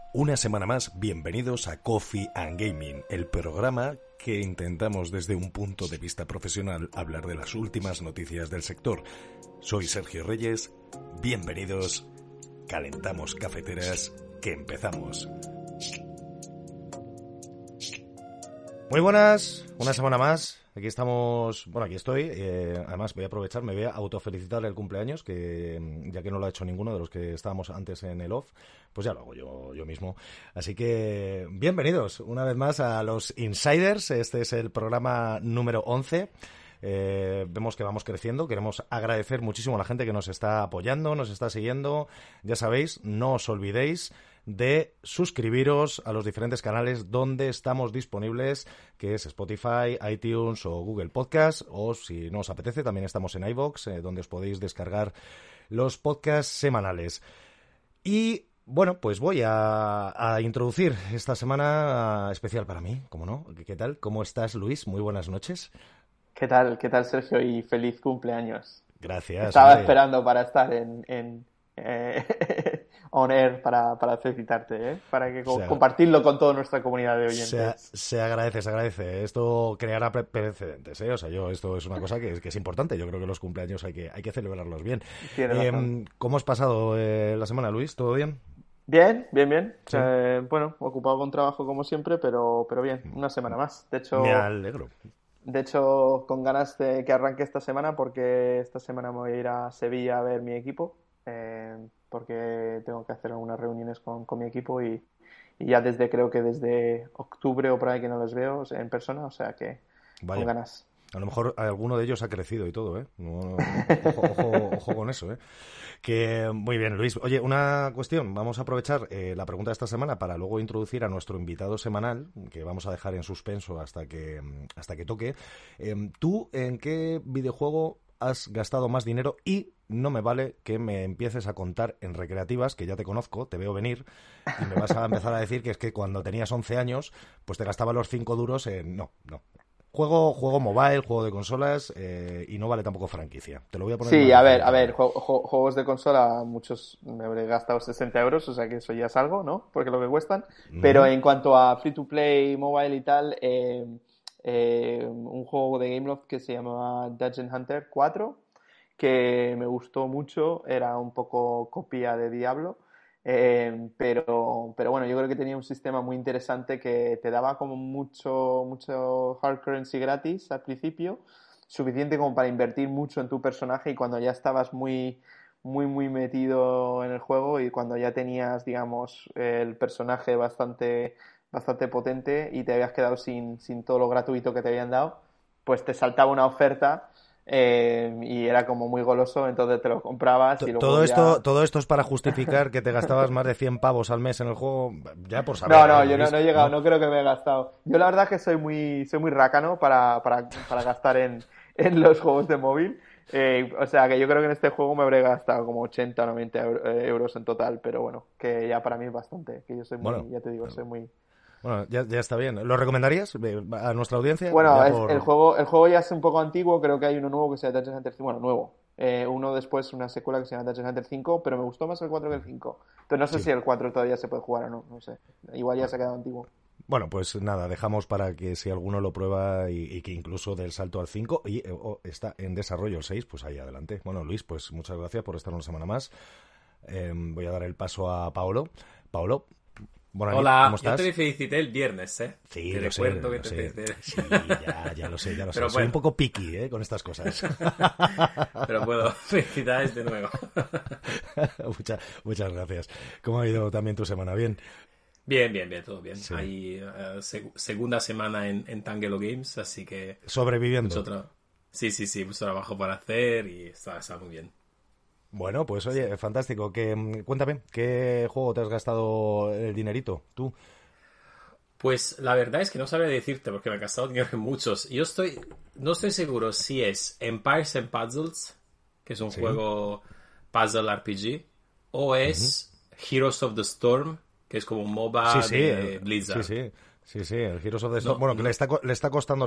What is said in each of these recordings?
Una semana más, bienvenidos a Coffee and Gaming, el programa que intentamos desde un punto de vista profesional hablar de las últimas noticias del sector. Soy Sergio Reyes, bienvenidos, calentamos cafeteras, que empezamos. Muy buenas, una semana más. Aquí estamos, bueno, aquí estoy, además voy a aprovechar, me voy a autofelicitar el cumpleaños, que ya que no lo ha hecho ninguno de los que estábamos antes en el off, pues ya lo hago yo mismo. Así que bienvenidos una vez más a los Insiders, este es el programa número 11. Vemos que vamos creciendo, queremos agradecer muchísimo a la gente que nos está apoyando, nos está siguiendo, ya sabéis, no os olvidéis de suscribiros a los diferentes canales donde estamos disponibles, que es Spotify, iTunes o Google Podcast, o si no os apetece también estamos en iVoox, donde os podéis descargar los podcasts semanales. Y bueno, pues voy a introducir esta semana especial para mí, ¿cómo no? ¿Qué tal? ¿Cómo estás, Luis? Muy buenas noches. ¿Qué tal, Sergio? Y feliz cumpleaños. Gracias. Estaba esperando para estar en on air para felicitarte, para que compartirlo con toda nuestra comunidad de oyentes. Se agradece. Esto creará precedentes, ¿eh? O sea, esto es una cosa que es importante. Yo creo que los cumpleaños hay que celebrarlos bien. ¿Cómo has pasado la semana, Luis? ¿Todo bien? Bien. ¿Sí? Bueno, ocupado con trabajo como siempre, pero bien, una semana más. De hecho, me alegro. De hecho, con ganas de que arranque esta semana, porque esta semana me voy a ir a Sevilla a ver mi equipo, porque tengo que hacer algunas reuniones con mi equipo y ya creo que desde octubre o por ahí que no los veo en persona, o sea que Vaya. Con ganas. A lo mejor alguno de ellos ha crecido y todo, ¿eh? No, ojo con eso, ¿eh? Que muy bien, Luis. Oye, una cuestión. Vamos a aprovechar la pregunta de esta semana para luego introducir a nuestro invitado semanal, que vamos a dejar en suspenso hasta que toque. ¿Tú en qué videojuego has gastado más dinero? Y no me vale que me empieces a contar en recreativas, que ya te conozco, te veo venir, y me vas a empezar a decir que es que cuando tenías 11 años, pues te gastabas los 5 duros en... No. Juego mobile, juego de consolas, y no vale tampoco franquicia. Te lo voy a poner. Sí, a ver, juegos de consola, muchos me habré gastado 60 euros, o sea que eso ya es algo, ¿no? Porque lo que cuestan. Pero en cuanto a free to play, mobile y tal, un juego de Gameloft que se llamaba Dungeon Hunter 4, que me gustó mucho, era un poco copia de Diablo. Pero bueno, yo creo que tenía un sistema muy interesante que te daba como mucho hard currency gratis al principio, suficiente como para invertir mucho en tu personaje, y cuando ya estabas muy metido en el juego y cuando ya tenías, digamos, el personaje bastante potente y te habías quedado sin todo lo gratuito que te habían dado, pues te saltaba una oferta. Y era como muy goloso, entonces te lo comprabas y luego todo esto es para justificar que te gastabas más de 100 pavos al mes en el juego, ya por saber. No, yo no he llegado, no creo que me he gastado. Yo la verdad que soy muy rácano para gastar en los juegos de móvil. O sea que yo creo que en este juego me habré gastado como 80 o 90 euros en total, pero bueno, que ya para mí es bastante, que yo soy ya te digo, soy muy... Bueno, ya está bien. ¿Lo recomendarías a nuestra audiencia? Bueno, el juego ya es un poco antiguo, creo que hay uno nuevo que se llama Dungeon Hunter 5, bueno, nuevo. Uno después, una secuela que se llama Dungeon Hunter 5, pero me gustó más el 4 que el 5. Entonces no sé si el 4 todavía se puede jugar o no sé. Igual ya se ha quedado antiguo. Bueno, pues nada, dejamos para que si alguno lo prueba y que incluso del salto al 5 y está en desarrollo el 6, pues ahí adelante. Bueno, Luis, pues muchas gracias por estar una semana más. Voy a dar el paso a Paolo. Paolo. Hola, ¿cómo estás? Yo te felicité el viernes, ¿eh? Sí, te lo recuerdo sé, que te felicité. Sí, ya lo sé. Pero Soy bueno. un poco picky, con estas cosas. Pero puedo felicidades de nuevo. Muchas gracias. ¿Cómo ha ido también tu semana? ¿Bien? Bien, todo bien. Sí. Hay segunda semana en Tangelo Games, así que... Sobreviviendo. Sí, mucho trabajo para hacer y está muy bien. Bueno, pues oye, fantástico. Cuéntame, ¿qué juego te has gastado el dinerito, tú? Pues la verdad es que no sabría decirte porque me he gastado dinero en muchos. No estoy seguro si es Empires and Puzzles, que es un juego puzzle RPG, o es Heroes of the Storm, que es como un MOBA de Blizzard. Sí, el Heroes of the Storm. Bueno, que le está costando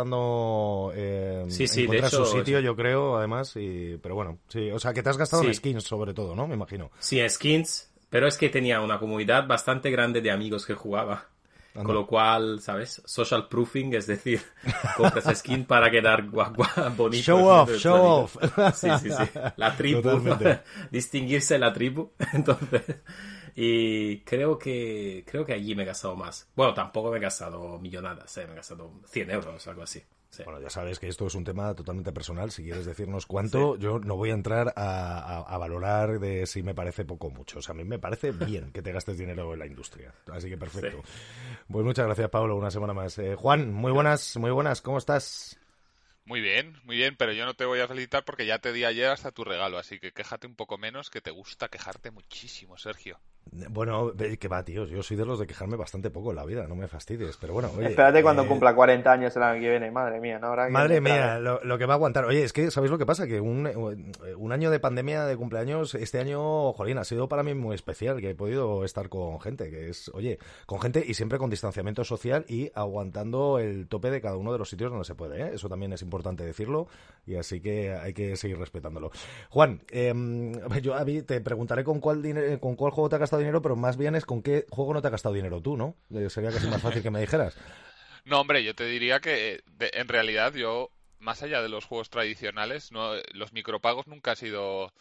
encontrar su sitio, yo creo, además. Pero bueno, sí, o sea, que te has gastado en skins sobre todo, ¿no? Me imagino. Sí, skins. Pero es que tenía una comunidad bastante grande de amigos que jugaba. Con lo cual, ¿sabes? Social proofing, es decir, compras skin para quedar bonito. Show off. Sí. La tribu, distinguirse la tribu. Entonces, y creo que allí me he gastado más. Bueno, tampoco me he gastado millonadas, me he gastado 100 euros, algo así. Sí. Bueno, ya sabes que esto es un tema totalmente personal. Si quieres decirnos cuánto, yo no voy a entrar a valorar de si me parece poco o mucho. O sea, a mí me parece bien que te gastes dinero en la industria. Así que perfecto. Sí. Pues muchas gracias, Pablo, una semana más. Juan, muy buenas, ¿cómo estás? Muy bien, pero yo no te voy a felicitar porque ya te di ayer hasta tu regalo, así que quéjate un poco menos, que te gusta quejarte muchísimo, Sergio. Bueno, que va, tío, yo soy de los de quejarme bastante poco en la vida, no me fastidies, pero bueno, oye... Espérate cuando cumpla 40 años el año que viene, madre mía, ¿no? Habrá que madre mía, lo que va a aguantar. Oye, es que, ¿sabéis lo que pasa? Que un año de pandemia de cumpleaños, este año, jolín, ha sido para mí muy especial, que he podido estar con gente, que es, oye, con gente y siempre con distanciamiento social y aguantando el tope de cada uno de los sitios donde se puede, ¿eh? Eso también es importante decirlo, y así que hay que seguir respetándolo. Juan, yo a mí te preguntaré con cuál juego te has gastado dinero, pero más bien es con qué juego no te has gastado dinero tú, ¿no? Sería casi más fácil que me dijeras. No, hombre, yo te diría que en realidad yo, más allá de los juegos tradicionales, no, los micropagos nunca ha sido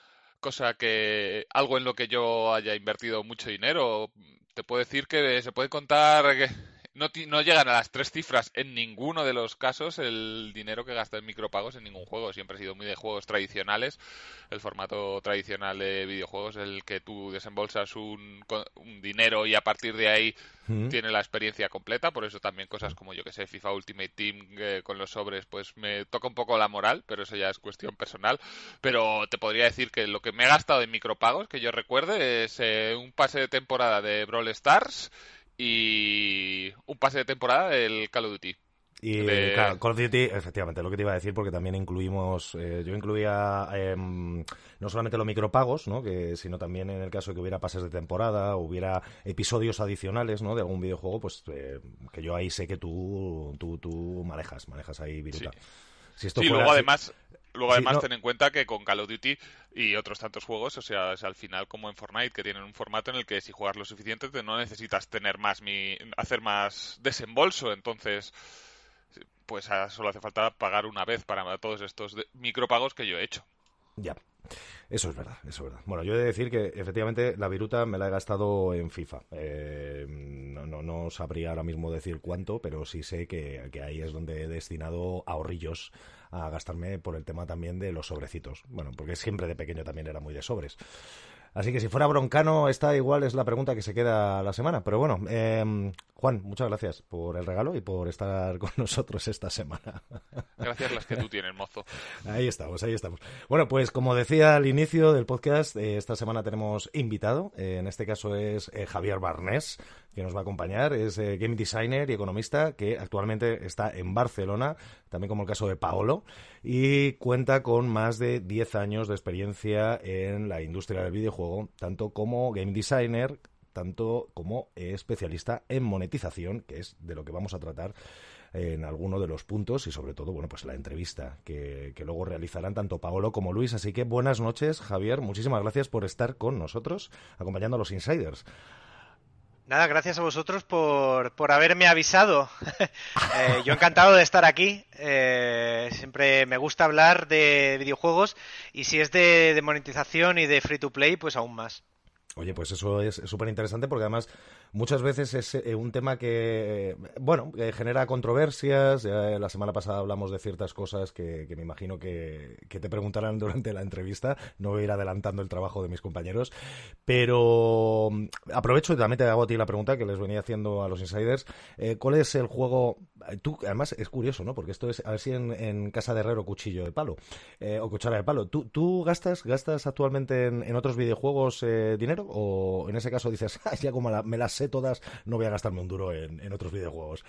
algo en lo que yo haya invertido mucho dinero. Te puedo decir que se puede contar que no llegan a las 3 cifras en ninguno de los casos el dinero que gasta en micropagos en ningún juego. Siempre he sido muy de juegos tradicionales. El formato tradicional de videojuegos, el que tú desembolsas un dinero y a partir de ahí tiene la experiencia completa. Por eso también cosas como, yo que sé, FIFA Ultimate Team con los sobres, pues me toca un poco la moral, pero eso ya es cuestión personal. Pero te podría decir que lo que me he gastado en micropagos, que yo recuerde, es un pase de temporada de Brawl Stars y un pase de temporada del Call of Duty. Y claro, Call of Duty, efectivamente, lo que te iba a decir, porque también incluimos, yo incluía no solamente los micropagos, ¿no? Sino también en el caso de que hubiera pases de temporada, hubiera episodios adicionales, ¿no? De algún videojuego, pues que yo ahí sé que tú manejas ahí viruta. Sí. Si esto sí, fuera, luego además no. ten en cuenta que con Call of Duty y otros tantos juegos, o sea, es al final como en Fortnite, que tienen un formato en el que si juegas lo suficiente no necesitas hacer más desembolso, entonces pues solo hace falta pagar una vez para todos estos micropagos que yo he hecho. Ya, eso es verdad. Bueno, yo he de decir que efectivamente la viruta me la he gastado en FIFA. No sabría ahora mismo decir cuánto, pero sí sé que ahí es donde he destinado ahorrillos a gastarme por el tema también de los sobrecitos. Bueno, porque siempre de pequeño también era muy de sobres. Así que si fuera broncano, esta igual es la pregunta que se queda la semana. Pero bueno, Juan, muchas gracias por el regalo y por estar con nosotros esta semana. Gracias las que tú tienes, mozo. Ahí estamos. Bueno, pues como decía al inicio del podcast, esta semana tenemos invitado. En este caso es Javier Barnés, que nos va a acompañar. Es game designer y economista que actualmente está en Barcelona, también como el caso de Paolo, y cuenta con más de 10 años de experiencia en la industria del videojuego, tanto como game designer, tanto como especialista en monetización, que es de lo que vamos a tratar en alguno de los puntos y sobre todo, bueno, pues la entrevista que luego realizarán tanto Paolo como Luis. Así que buenas noches, Javier, muchísimas gracias por estar con nosotros acompañando a los Insiders. Nada, gracias a vosotros por haberme avisado. Yo encantado de estar aquí. Siempre me gusta hablar de videojuegos y si es de monetización y de free to play, pues aún más. Oye, pues eso es súper interesante porque además muchas veces es un tema que, bueno, genera controversias. Ya la semana pasada hablamos de ciertas cosas que me imagino que te preguntarán durante la entrevista. No voy a ir adelantando el trabajo de mis compañeros. Pero aprovecho y también te hago a ti la pregunta que les venía haciendo a los Insiders. ¿Cuál es el juego? Tú, además, es curioso, ¿no? Porque esto es, a ver si en casa de herrero cuchillo de palo o cuchara de palo. ¿Tú gastas actualmente en otros videojuegos dinero? ¿O en ese caso dices, ya como me las sé todas, no voy a gastarme un duro en otros videojuegos?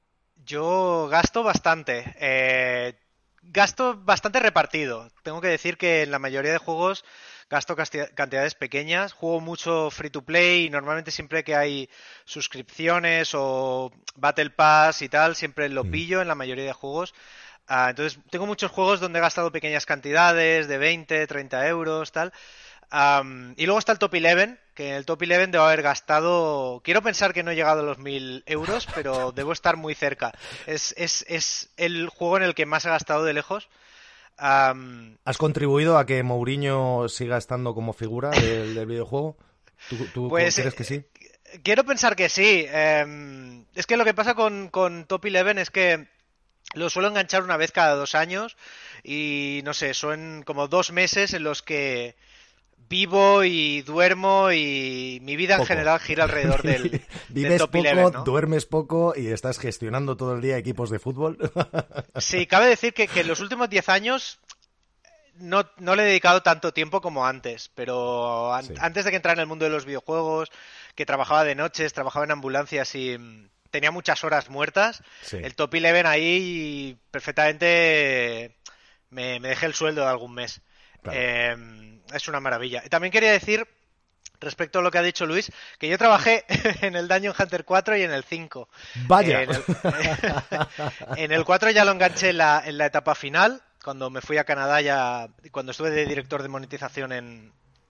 Yo gasto bastante. Gasto bastante repartido. Tengo que decir que en la mayoría de juegos gasto cantidades pequeñas. Juego mucho free to play y normalmente siempre que hay suscripciones o Battle Pass y tal, siempre lo pillo en la mayoría de juegos. Entonces tengo muchos juegos donde he gastado pequeñas cantidades de 20, 30 euros, tal. Y luego está el Top 11, que en el Top 11 debo haber gastado... Quiero pensar que no he llegado a los 1.000 euros, pero debo estar muy cerca. Es el juego en el que más he gastado de lejos. ¿Has contribuido a que Mourinho siga estando como figura del videojuego? ¿Tú pues, crees que sí? Quiero pensar que sí. Es que lo que pasa con Top 11 es que lo suelo enganchar una vez cada 2 años y no sé, son como 2 meses en los que vivo y duermo y mi vida en general gira alrededor del Vives Top poco, 11, ¿no? duermes poco y estás gestionando todo el día equipos de fútbol. Sí, cabe decir que en los últimos 10 años no le he dedicado tanto tiempo como antes, pero antes de que entrara en el mundo de los videojuegos, que trabajaba de noches, trabajaba en ambulancias y tenía muchas horas muertas, el Top 11 ahí perfectamente me dejé el sueldo de algún mes. Claro. Es una maravilla. Y también quería decir, respecto a lo que ha dicho Luis, que yo trabajé en el Dungeon Hunter 4 y en el 5. ¡Vaya! En el 4 ya lo enganché en la etapa final, cuando me fui a Canadá, cuando estuve de director de monetización en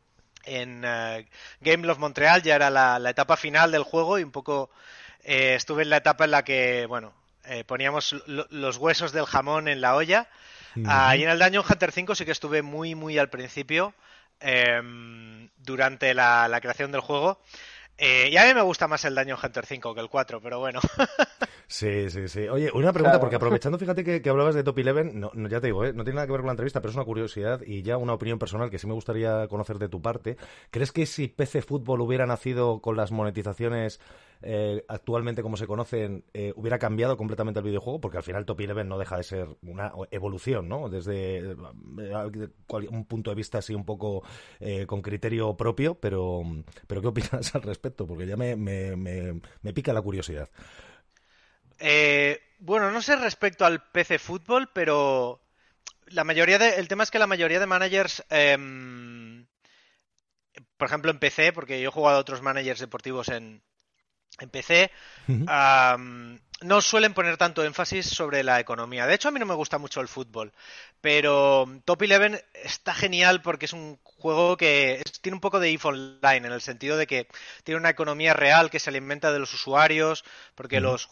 Game Love Montreal, ya era la etapa final del juego y un poco estuve en la etapa en la que, poníamos los huesos del jamón en la olla. Y en el Dungeon Hunter 5 sí que estuve muy, muy al principio, durante la creación del juego. Y a mí me gusta más el Dungeon Hunter 5 que el 4, pero bueno. Sí. Oye, una pregunta, porque aprovechando, fíjate que hablabas de Top 11, ya te digo, no tiene nada que ver con la entrevista, pero es una curiosidad y ya una opinión personal que sí me gustaría conocer de tu parte. ¿Crees que si PC Fútbol hubiera nacido con las monetizaciones actualmente como se conocen, hubiera cambiado completamente el videojuego? Porque al final Top 11 no deja de ser una evolución, ¿no? Desde un punto de vista así un poco con criterio propio, pero ¿qué opinas al respecto? Porque ya me pica la curiosidad. Bueno, no sé respecto al PC Fútbol, pero el tema es que la mayoría de managers, por ejemplo en PC, porque yo he jugado a otros managers deportivos en PC, no suelen poner tanto énfasis sobre la economía. De hecho, a mí no me gusta mucho el fútbol, pero Top 11 está genial porque es un juego que tiene un poco de EVE Online, en el sentido de que tiene una economía real que se alimenta de los usuarios, porque los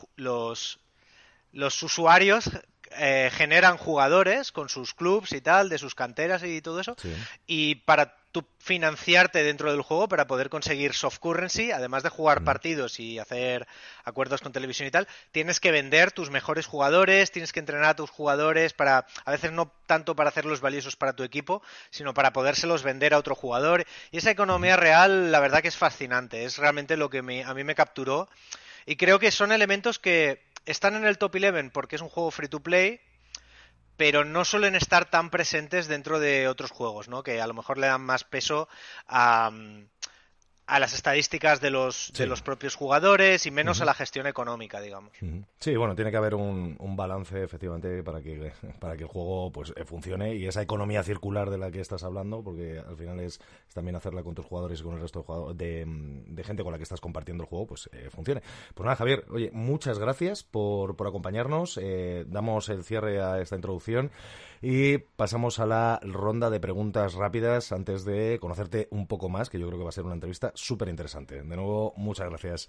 usuarios generan jugadores con sus clubs y tal, de sus canteras y todo eso, y para tú financiarte dentro del juego, para poder conseguir soft currency, además de jugar partidos y hacer acuerdos con televisión y tal, tienes que vender tus mejores jugadores, tienes que entrenar a tus jugadores a veces no tanto para hacerlos valiosos para tu equipo, sino para podérselos vender a otro jugador, y esa economía real, la verdad que es fascinante, es realmente lo que a mí me capturó, y creo que son elementos que están en el Top 11 porque es un juego free to play, pero no suelen estar tan presentes dentro de otros juegos, ¿no? Que a lo mejor le dan más peso a las estadísticas de los propios jugadores y menos a la gestión económica, digamos. Sí, bueno, tiene que haber un balance efectivamente para que el juego pues funcione, y esa economía circular de la que estás hablando, porque al final es también hacerla con tus jugadores y con el resto de jugadores, de gente con la que estás compartiendo el juego, pues funcione. Pues nada, Javier, oye, muchas gracias por acompañarnos, damos el cierre a esta introducción y pasamos a la ronda de preguntas rápidas antes de conocerte un poco más, que yo creo que va a ser una entrevista súper interesante. De nuevo, muchas gracias.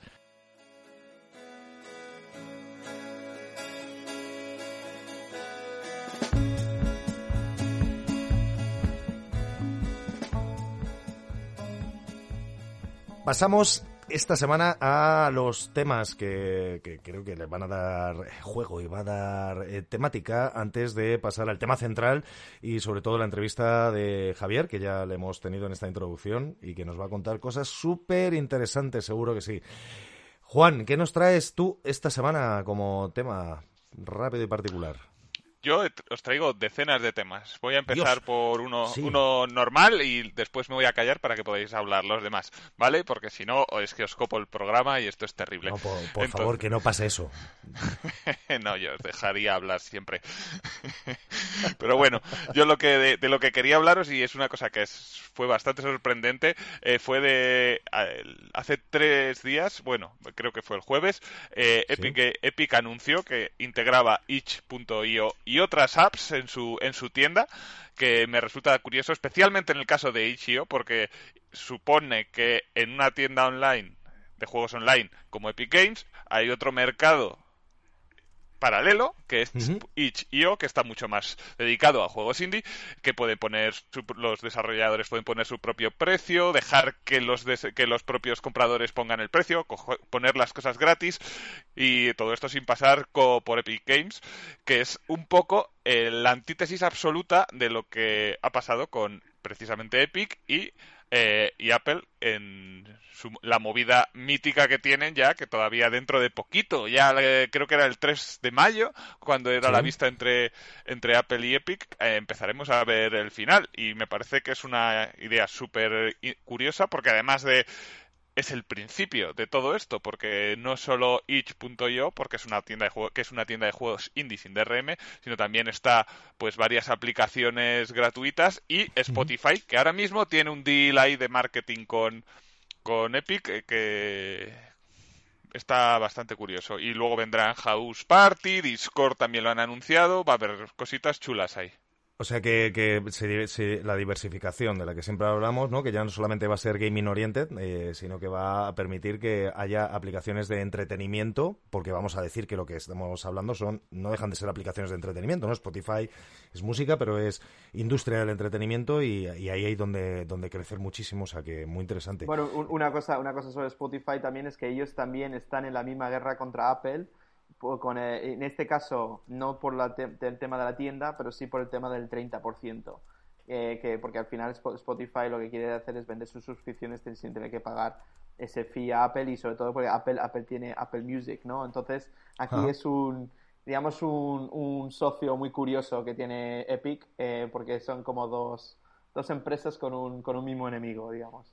Pasamos esta semana a los temas que creo que les van a dar juego y va a dar temática, antes de pasar al tema central y sobre todo la entrevista de Javier, que ya le hemos tenido en esta introducción y que nos va a contar cosas súper interesantes, seguro que sí. Juan, ¿qué nos traes tú esta semana como tema rápido y particular? Yo os traigo decenas de temas. Voy a empezar por uno normal y después me voy a callar para que podáis hablar los demás, ¿vale? Porque si no, es que os copo el programa y esto es terrible. No, por favor, que no pase eso. No, yo os dejaría hablar siempre. Pero bueno, yo de lo que quería hablaros, y es una cosa que fue bastante sorprendente, fue de hace 3 días, bueno, creo que fue el jueves, Epic anunció que integraba itch.io y otras apps en su tienda, que me resulta curioso, especialmente en el caso de itch.io, porque supone que en una tienda online de juegos online como Epic Games hay otro mercado paralelo, que es itch.io, que está mucho más dedicado a juegos indie, que puede poner los desarrolladores pueden poner su propio precio, dejar que los propios compradores pongan el precio, poner las cosas gratis, y todo esto sin pasar por Epic Games, que es un poco la antítesis absoluta de lo que ha pasado con precisamente Epic y Apple en la movida mítica que tienen ya, que todavía dentro de poquito, ya creo que era el 3 de mayo, cuando era la vista entre Apple y Epic, empezaremos a ver el final, y me parece que es una idea súper curiosa, porque además es el principio de todo esto, porque no solo itch.io, porque es una tienda de juegos indie sin DRM, sino también está pues varias aplicaciones gratuitas, y Spotify, que ahora mismo tiene un deal ahí de marketing con Epic que está bastante curioso. Y luego vendrán House Party, Discord también lo han anunciado, va a haber cositas chulas ahí. O sea que la diversificación de la que siempre hablamos, ¿no? Que ya no solamente va a ser gaming oriented, sino que va a permitir que haya aplicaciones de entretenimiento, porque vamos a decir que lo que estamos hablando no dejan de ser aplicaciones de entretenimiento, ¿no? Spotify es música, pero es industria del entretenimiento, y ahí hay donde crecer muchísimo, o sea que muy interesante. Bueno, una cosa sobre Spotify también es que ellos también están en la misma guerra contra Apple, en este caso no por el tema de la tienda, pero sí por el tema del 30%, porque al final Spotify lo que quiere hacer es vender sus suscripciones sin tener que pagar ese fee a Apple, y sobre todo porque Apple tiene Apple Music, ¿no? Entonces aquí es un socio muy curioso que tiene Epic, porque son como dos empresas con un mismo enemigo, digamos.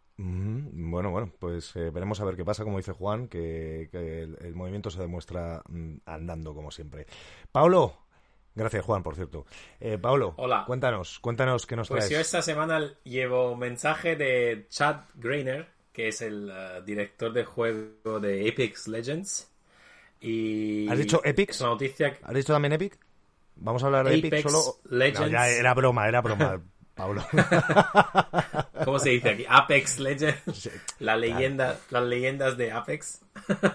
Bueno, pues veremos a ver qué pasa, como dice Juan, que el movimiento se demuestra andando, como siempre. Paulo, gracias Juan, por cierto. Paulo, hola. Cuéntanos qué nos traes. Pues yo esta semana llevo un mensaje de Chad Greiner, que es el director de juego de Apex Legends. Y ¿Has dicho Epic? Es una noticia... ¿Has dicho también Epic? ¿Vamos a hablar de Epic solo? Legends. No, ya era broma. Paulo. ¿Cómo se dice aquí? Apex Legends. Sí, las leyendas de Apex.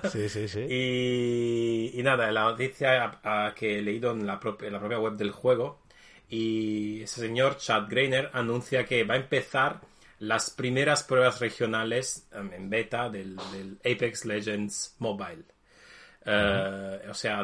Sí. Y nada, la noticia que he leído en la propia web del juego, y ese señor Chad Greiner anuncia que va a empezar las primeras pruebas regionales en beta del Apex Legends Mobile. O sea,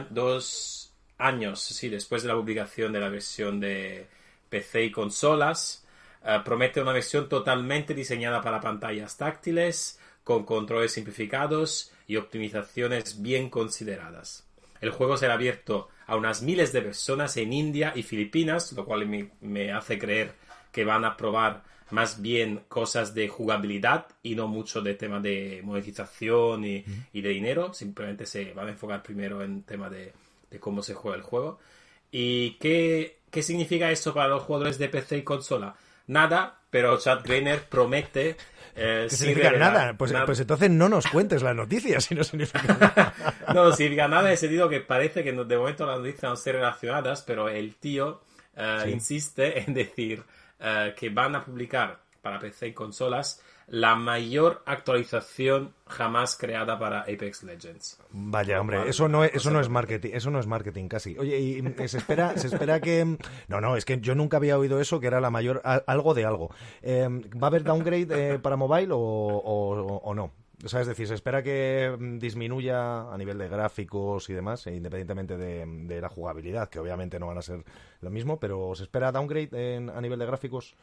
2 años sí, después de la publicación de la versión de PC y consolas, promete una versión totalmente diseñada para pantallas táctiles, con controles simplificados y optimizaciones bien consideradas. El juego será abierto a unas miles de personas en India y Filipinas, lo cual me hace creer que van a probar más bien cosas de jugabilidad y no mucho de tema de monetización y de dinero. Simplemente se van a enfocar primero en tema de cómo se juega el juego. ¿Y qué significa esto para los jugadores de PC y consola? Nada, pero Chad Greiner promete... ¿Qué significa nada? Pues entonces no nos cuentes las noticias si no significa nada. No significa nada en el sentido que parece que de momento las noticias no están relacionadas, pero el tío insiste en decir que van a publicar para PC y consolas la mayor actualización jamás creada para Apex Legends. Vaya, hombre, eso no es marketing casi. Oye, y se espera que... No, es que yo nunca había oído eso, que era la mayor... algo de algo. ¿Va a haber downgrade para mobile o no? O sea, es decir, se espera que disminuya a nivel de gráficos y demás, independientemente de la jugabilidad, que obviamente no van a ser lo mismo, pero ¿se espera downgrade a nivel de gráficos?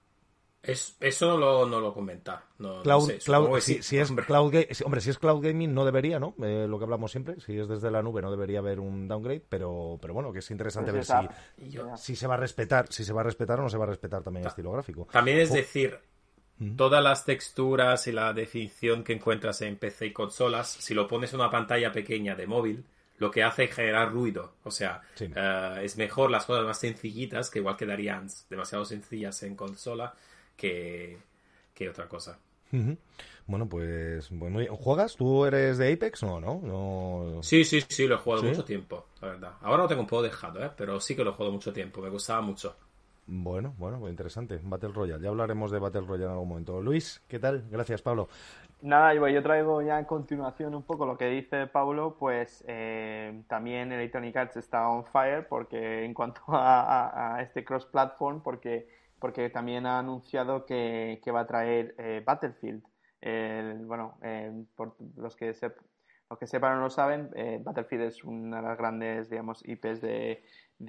Eso no lo comenta. No sé. Si es cloud gaming no debería, ¿no? Lo que hablamos siempre, si es desde la nube no debería haber un downgrade, pero bueno, que es interesante ver si se va a respetar, o no se va a respetar también el estilo gráfico. También es decir, todas las texturas y la definición que encuentras en PC y consolas, si lo pones en una pantalla pequeña de móvil, lo que hace es generar ruido. O sea, es mejor las cosas más sencillitas, que igual quedarían demasiado sencillas en consola, que otra cosa. Bueno, pues ¿juegas? ¿Tú eres de Apex o no? Sí, lo he jugado mucho tiempo, la verdad. Ahora lo tengo un poco dejado, pero sí que lo he jugado mucho tiempo, me gustaba mucho. Bueno, muy interesante. Battle Royale. Ya hablaremos de Battle Royale en algún momento. Luis, ¿qué tal? Gracias, Pablo. Nada, yo traigo ya en continuación un poco lo que dice Pablo, pues también Electronic Arts está on fire porque en cuanto a este cross-platform, porque también ha anunciado que va a traer Battlefield. Por los que sepan o no lo saben, Battlefield es una de las grandes, digamos, IPs de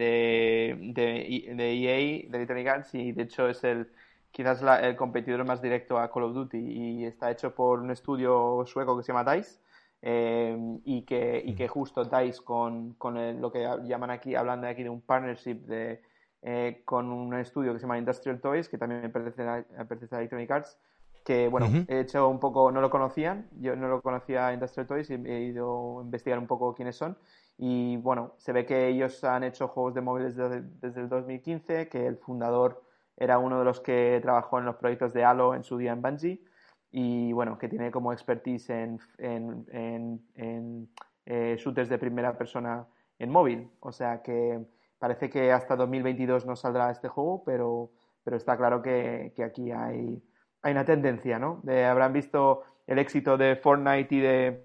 EA, de Electronic Arts, y de hecho es quizás el competidor más directo a Call of Duty, y está hecho por un estudio sueco que se llama DICE, y que justo DICE con lo que llaman aquí, hablando aquí de un partnership con un estudio que se llama Industrial Toys, que también pertenece a Electronic Arts, que bueno, he hecho un poco, no lo conocían, yo no lo conocía a Industrial Toys y he ido a investigar un poco quiénes son, y bueno, se ve que ellos han hecho juegos de móviles desde el 2015, que el fundador era uno de los que trabajó en los proyectos de Halo en su día en Bungie, y bueno, que tiene como expertise en shooters de primera persona en móvil. O sea que parece que hasta 2022 no saldrá este juego, pero está claro que aquí hay una tendencia, ¿no? Habrán visto el éxito de Fortnite y de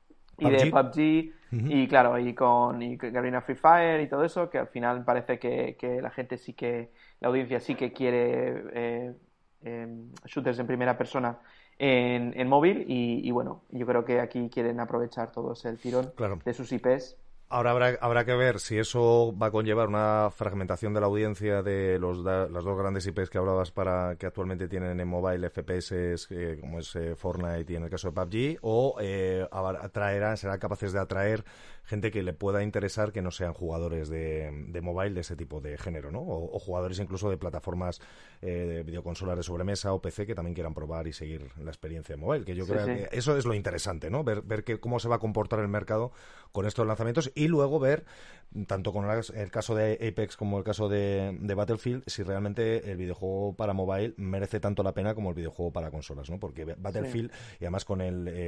PUBG, y claro, y que Arena Free Fire y todo eso, que al final parece que la gente la audiencia sí que quiere shooters en primera persona en móvil, y bueno, yo creo que aquí quieren aprovechar todos el tirón de sus IPs. Ahora habrá que ver si eso va a conllevar una fragmentación de la audiencia de las dos grandes IPs que hablabas que actualmente tienen en mobile FPS, como es Fortnite y en el caso de PUBG, o serán capaces de atraer gente que le pueda interesar que no sean jugadores de mobile de ese tipo de género, ¿no? O jugadores incluso de plataformas de videoconsolas de sobremesa o PC que también quieran probar y seguir la experiencia de mobile, que yo creo que eso es lo interesante, ¿no? Ver cómo se va a comportar el mercado con estos lanzamientos, y luego ver, tanto con el caso de Apex como el caso de Battlefield, si realmente el videojuego para mobile merece tanto la pena como el videojuego para consolas, ¿no? Porque Battlefield, y además con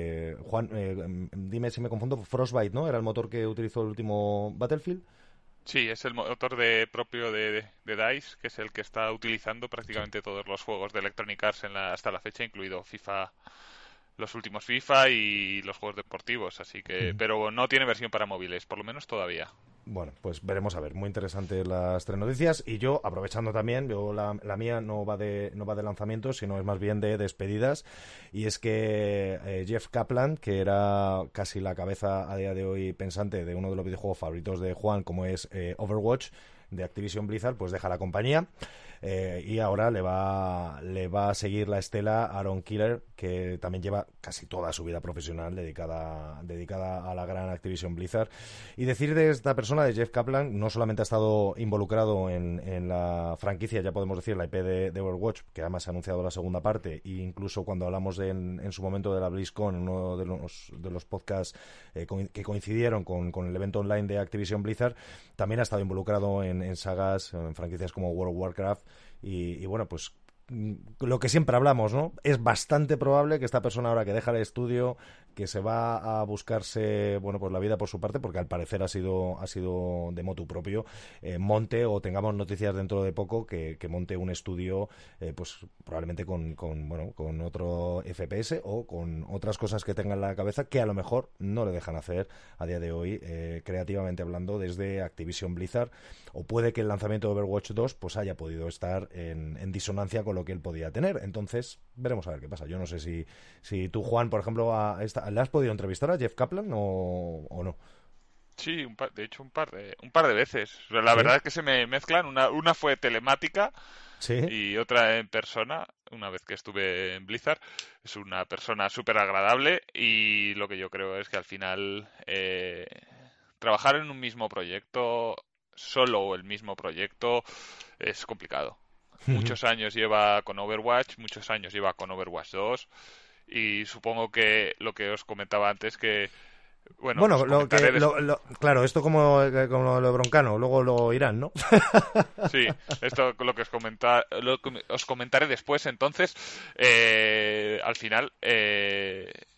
Juan, dime si me confundo, Frostbite, ¿no? Era el motor que utilizó el último Battlefield. Sí, es el motor propio de DICE, que es el que está utilizando prácticamente todos los juegos de Electronic Arts hasta la fecha, incluido FIFA, los últimos FIFA y los juegos deportivos, así que, pero no tiene versión para móviles, por lo menos todavía. Bueno, pues veremos a ver. Muy interesantes las tres noticias, y yo, aprovechando también, la mía no va de lanzamientos, sino es más bien de despedidas, y es que Jeff Kaplan, que era casi la cabeza a día de hoy pensante de uno de los videojuegos favoritos de Juan, como es Overwatch, de Activision Blizzard, pues deja la compañía. Y ahora le va a seguir la estela Aaron Killer, que también lleva casi toda su vida profesional dedicada a la gran Activision Blizzard. Y decir de esta persona, de Jeff Kaplan, no solamente ha estado involucrado en la franquicia, ya podemos decir, la IP de Overwatch, que además ha anunciado la segunda parte, e incluso cuando hablamos en su momento de la BlizzCon, en uno de los podcasts que coincidieron con el evento online de Activision Blizzard, también ha estado involucrado en sagas, en franquicias como World of Warcraft, y bueno, pues lo que siempre hablamos, ¿no? Es bastante probable que esta persona, ahora que deja el estudio, que se va a buscarse, bueno, pues la vida por su parte, porque al parecer ha sido de motu propio, monte, o tengamos noticias dentro de poco, que monte un estudio, pues probablemente con otro FPS o con otras cosas que tenga en la cabeza que a lo mejor no le dejan hacer a día de hoy, creativamente hablando, desde Activision Blizzard, o puede que el lanzamiento de Overwatch 2 pues haya podido estar en disonancia con lo que él podía tener. Entonces veremos a ver qué pasa. Yo no sé si tú, Juan, por ejemplo, ¿le has podido entrevistar a Jeff Kaplan o no? Sí, de hecho un par de veces. La verdad es que se me mezclan. Una fue telemática, ¿sí?, y otra en persona, una vez que estuve en Blizzard. Es una persona súper agradable, y lo que yo creo es que al final trabajar en un mismo proyecto, solo el mismo proyecto, es complicado. Muchos años lleva con Overwatch, muchos años lleva con Overwatch 2, y supongo que lo que os comentaba antes, que bueno, claro, esto como lo de Broncano, luego lo irán, ¿no? Sí, esto lo que os comentaré después. Entonces, al final,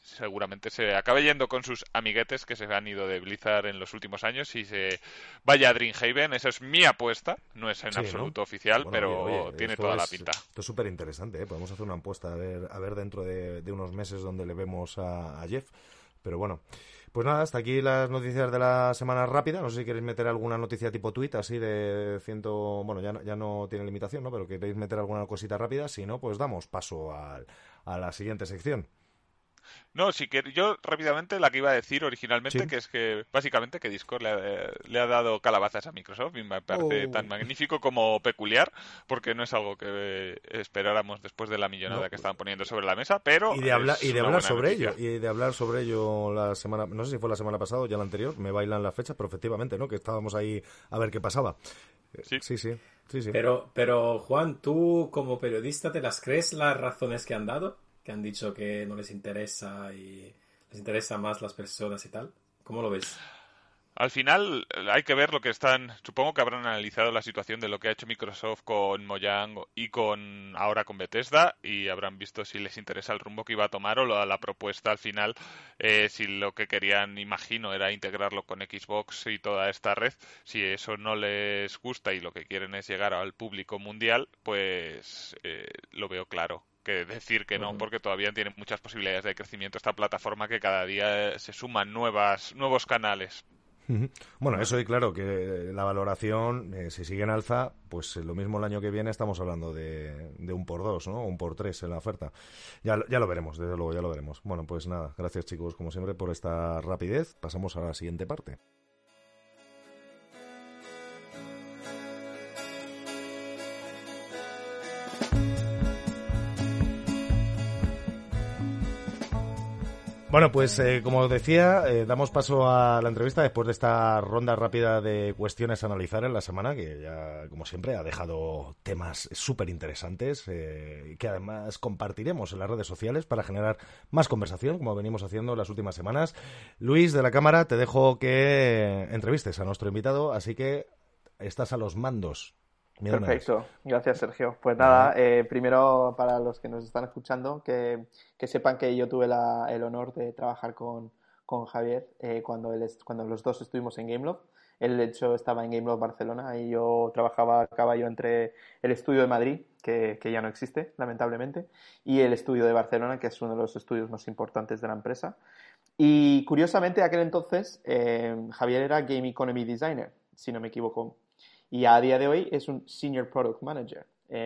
seguramente se acabe yendo con sus amiguetes que se han ido de Blizzard en los últimos años y se vaya a Dreamhaven. Esa es mi apuesta, no es en absoluto oficial, bueno, pero oye, tiene toda la pinta. Esto es súper interesante, ¿eh? Podemos hacer una apuesta a ver dentro de unos meses donde le vemos a Jeff. Pero bueno, pues nada, hasta aquí las noticias de la semana rápida. No sé si queréis meter alguna noticia tipo tweet, así de ciento... Bueno, ya no tiene limitación, ¿no? Pero queréis meter alguna cosita rápida. Si no, pues damos paso a la siguiente sección. No, sí que yo rápidamente la que iba a decir originalmente, Sí. que es que básicamente que Discord le ha dado calabazas a Microsoft y me parece tan magnífico como peculiar, porque no es algo que esperáramos después de la millonada que estaban poniendo sobre la mesa, pero Y de hablar sobre noticia. ello, y de hablar sobre ello la semana, no sé si fue la semana pasada o ya la anterior, me bailan las fechas, pero efectivamente, ¿no? Que estábamos ahí a ver qué pasaba. Sí. Pero Juan, ¿tú como periodista te las crees las razones que han dado? Que han dicho que no les interesa y les interesan más las personas y tal. ¿Cómo lo ves? Al final hay que ver lo que supongo que habrán analizado la situación de lo que ha hecho Microsoft con Mojang y ahora con Bethesda y habrán visto si les interesa el rumbo que iba a tomar o la propuesta al final, si lo que querían, imagino, era integrarlo con Xbox y toda esta red. Si eso no les gusta y lo que quieren es llegar al público mundial, pues lo veo claro. Que decir que no, porque todavía tiene muchas posibilidades de crecimiento esta plataforma, que cada día se suman nuevos canales. Bueno, eso y claro, que la valoración, si sigue en alza, pues lo mismo el año que viene estamos hablando de un por dos, ¿no? Un por tres en la oferta. Ya lo veremos, desde luego, ya lo veremos. Bueno, pues nada, gracias chicos, como siempre, por esta rapidez. Pasamos a la siguiente parte. Bueno, pues como decía, damos paso a la entrevista después de esta ronda rápida de cuestiones a analizar en la semana, que ya, como siempre, ha dejado temas súper interesantes que además compartiremos en las redes sociales para generar más conversación, como venimos haciendo en las últimas semanas. Luis, de la cámara, te dejo que entrevistes a nuestro invitado, así que estás a los mandos. Perfecto, gracias Sergio. Pues nada, primero para los que nos están escuchando, que sepan que yo tuve el honor de trabajar con Javier cuando los dos estuvimos en Gameloft. Él de hecho estaba en Gameloft Barcelona y yo trabajaba a caballo entre el estudio de Madrid, que ya no existe lamentablemente, y el estudio de Barcelona, que es uno de los estudios más importantes de la empresa. Y curiosamente aquel entonces Javier era Game Economy Designer, si no me equivoco. Y a día de hoy es un Senior Product Manager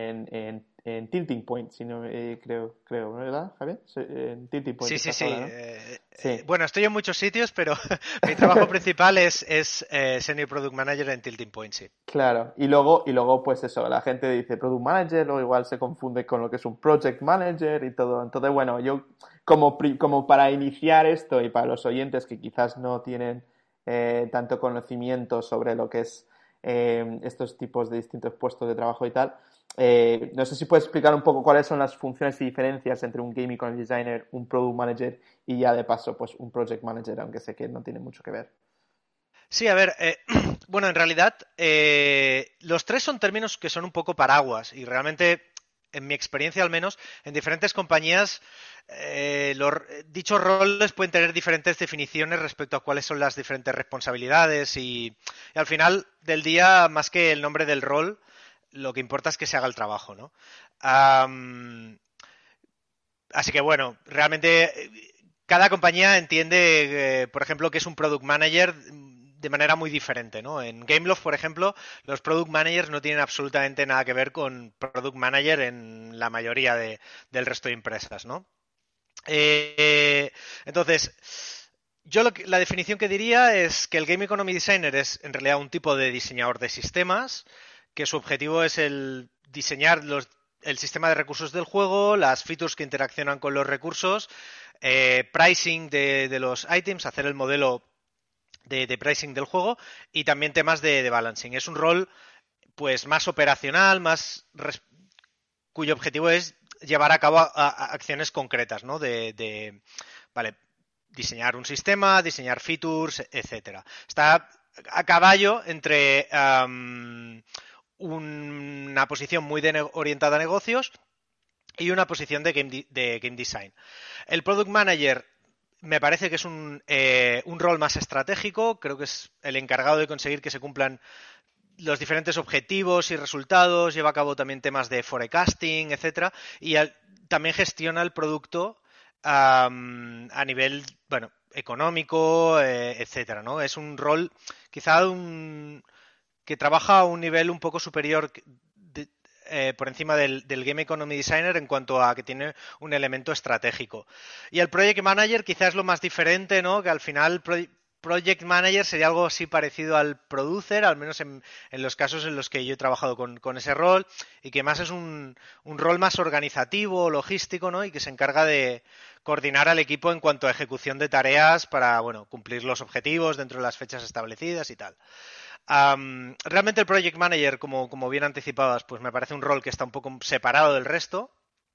en Tilting Point, si no creo, ¿verdad, Javier? En Tilting Point. Sí. Ahora, ¿no? Sí. Bueno, estoy en muchos sitios, pero mi trabajo principal es Senior Product Manager en Tilting Point, sí. Claro, y luego pues eso, la gente dice Product Manager o igual se confunde con lo que es un Project Manager y todo. Entonces, bueno, yo como para iniciar esto y para los oyentes que quizás no tienen tanto conocimiento sobre lo que es estos tipos de distintos puestos de trabajo y tal. No sé si puedes explicar un poco cuáles son las funciones y diferencias entre un Game Economy Designer, un Product Manager y ya de paso pues un Project Manager, aunque sé que no tiene mucho que ver. Sí, a ver, bueno, en realidad los tres son términos que son un poco paraguas y realmente, en mi experiencia al menos, en diferentes compañías dichos roles pueden tener diferentes definiciones respecto a cuáles son las diferentes responsabilidades y al final del día, más que el nombre del rol, lo que importa es que se haga el trabajo, ¿no? Así que bueno, realmente cada compañía entiende, por ejemplo, que es un Product Manager de manera muy diferente, ¿no? En Gameloft, por ejemplo, los Product Managers no tienen absolutamente nada que ver con Product Manager en la mayoría del resto de empresas, ¿no? Entonces, yo la definición que diría es que el Game Economy Designer es en realidad un tipo de diseñador de sistemas, que su objetivo es el diseñar el sistema de recursos del juego, las features que interaccionan con los recursos, pricing de los items, hacer el modelo de pricing del juego y también temas de balancing. Es un rol pues más operacional, cuyo objetivo es llevar a cabo acciones concretas, ¿no? Vale, diseñar un sistema, diseñar features, etcétera. Está a caballo entre una posición muy orientada a negocios y una posición de game design. El Product Manager me parece que es un rol más estratégico, creo que es el encargado de conseguir que se cumplan los diferentes objetivos y resultados, lleva a cabo también temas de forecasting, etcétera, y también gestiona el producto a nivel, bueno, económico, etcétera, ¿no? Es un rol quizá que trabaja a un nivel un poco superior por encima del Game Economy Designer en cuanto a que tiene un elemento estratégico. Y el Project Manager quizás es lo más diferente, ¿no? Que al final Project Manager sería algo así parecido al Producer, al menos en los casos en los que yo he trabajado con ese rol, y que más es un rol más organizativo, logístico, ¿no? Y que se encarga de coordinar al equipo en cuanto a ejecución de tareas para, bueno, cumplir los objetivos dentro de las fechas establecidas y tal. Realmente el Project Manager, como bien anticipabas, pues me parece un rol que está un poco separado del resto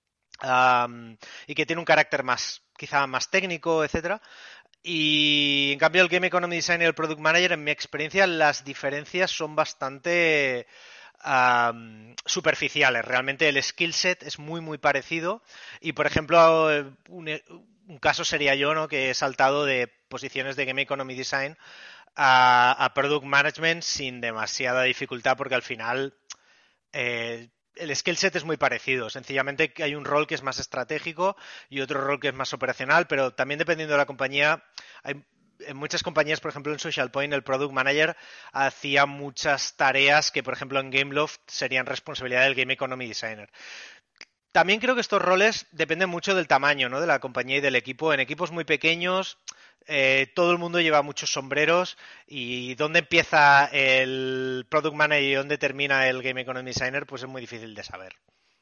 y que tiene un carácter quizá más técnico, etcétera. Y en cambio el Game Economy Designer y el Product Manager, en mi experiencia, las diferencias son bastante superficiales. Realmente el skill set es muy parecido y, por ejemplo, un caso sería yo, ¿no? Que he saltado de posiciones de Game Economy Design a Product Management sin demasiada dificultad porque al final el skill set es muy parecido. Sencillamente hay un rol que es más estratégico y otro rol que es más operacional, pero también dependiendo de la compañía, en muchas compañías, por ejemplo en Social Point, el Product Manager hacía muchas tareas que, por ejemplo, en Gameloft serían responsabilidad del Game Economy Designer. También creo que estos roles dependen mucho del tamaño, ¿no? De la compañía y del equipo. En equipos muy pequeños, todo el mundo lleva muchos sombreros y dónde empieza el Product Manager y dónde termina el Game Economy Designer, pues es muy difícil de saber.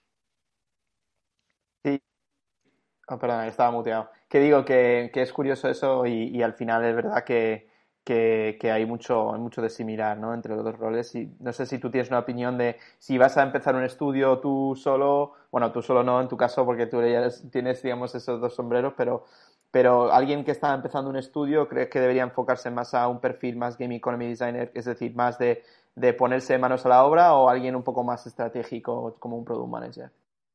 Sí. Oh, perdona, estaba muteado. Que digo que es curioso eso y al final es verdad que hay mucho de similar, ¿no? Entre los dos roles. Y no sé si tú tienes una opinión de si vas a empezar un estudio tú solo, bueno, tú solo no en tu caso porque tú ya tienes, digamos, esos dos sombreros, pero alguien que está empezando un estudio, ¿crees que debería enfocarse más a un perfil más Game Economy Designer, es decir, más de ponerse manos a la obra, o alguien un poco más estratégico como un Product Manager?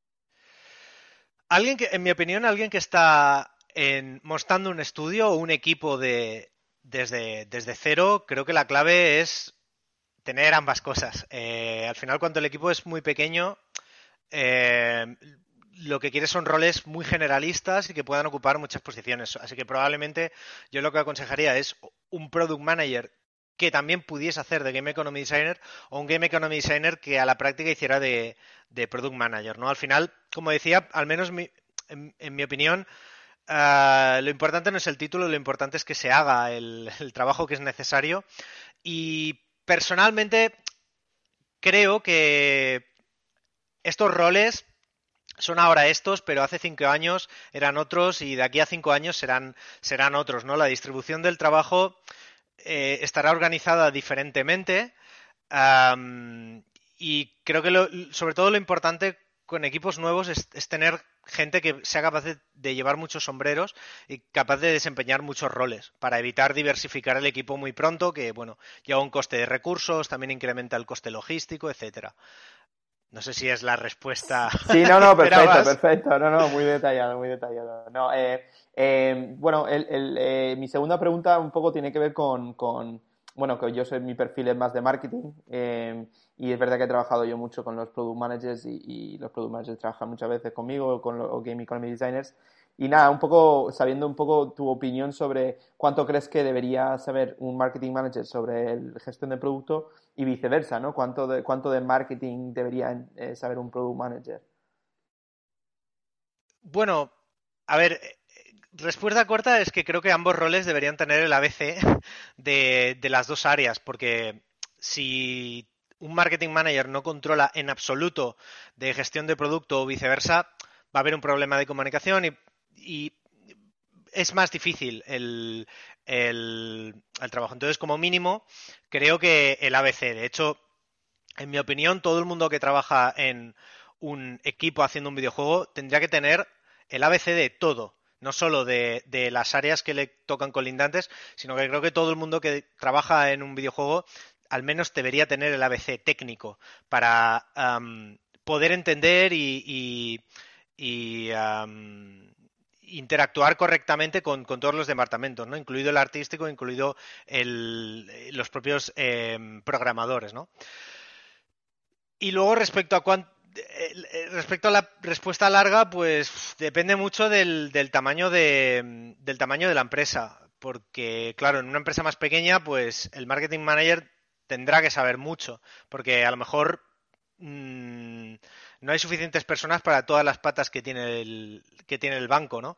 En mi opinión, alguien que está mostrando un estudio o un equipo desde cero, creo que la clave es tener ambas cosas. Al final, cuando el equipo es muy pequeño, lo que quieres son roles muy generalistas y que puedan ocupar muchas posiciones. Así que probablemente yo lo que aconsejaría es un Product Manager que también pudiese hacer de Game Economy Designer o un Game Economy Designer que a la práctica hiciera de Product Manager, ¿no? Al final, como decía, al menos en mi opinión, lo importante no es el título, lo importante es que se haga el trabajo que es necesario. Y personalmente creo que estos roles son ahora estos, pero hace 5 años eran otros y de aquí a 5 años serán otros, ¿no? La distribución del trabajo estará organizada diferentemente y creo que sobre todo lo importante con equipos nuevos es tener gente que sea capaz de llevar muchos sombreros y capaz de desempeñar muchos roles para evitar diversificar el equipo muy pronto, que bueno, lleva un coste de recursos, también incrementa el coste logístico, etcétera. No sé si es la respuesta Sí, no, que no, perfecto, esperabas. perfecto. No, no, muy detallado, muy detallado. No, bueno, mi segunda pregunta un poco tiene que ver bueno, que yo soy, mi perfil es más de marketing, y es verdad que he trabajado yo mucho con los product managers y los product managers trabajan muchas veces conmigo, con los Game Economy Designers. Y nada, un poco, sabiendo un poco tu opinión sobre cuánto crees que debería saber un marketing manager sobre la gestión de producto y viceversa, ¿no? ¿Cuánto de marketing debería saber un product manager? Bueno, a ver, respuesta corta es que creo que ambos roles deberían tener el ABC de las dos áreas, porque si un marketing manager no controla en absoluto de gestión de producto o viceversa, va a haber un problema de comunicación y es más difícil el trabajo. Entonces, como mínimo, creo que el ABC. De hecho, en mi opinión, todo el mundo que trabaja en un equipo haciendo un videojuego tendría que tener el ABC de todo. No solo de las áreas que le tocan colindantes, sino que creo que todo el mundo que trabaja en un videojuego al menos debería tener el ABC técnico para poder entender y interactuar correctamente con todos los departamentos, ¿no? Incluido el artístico, incluido los propios programadores, ¿no? Y luego respecto a la respuesta larga, pues depende mucho del tamaño del tamaño de la empresa. Porque, claro, en una empresa más pequeña, pues el marketing manager tendrá que saber mucho. Porque a lo mejor no hay suficientes personas para todas las patas que tiene el banco, ¿no?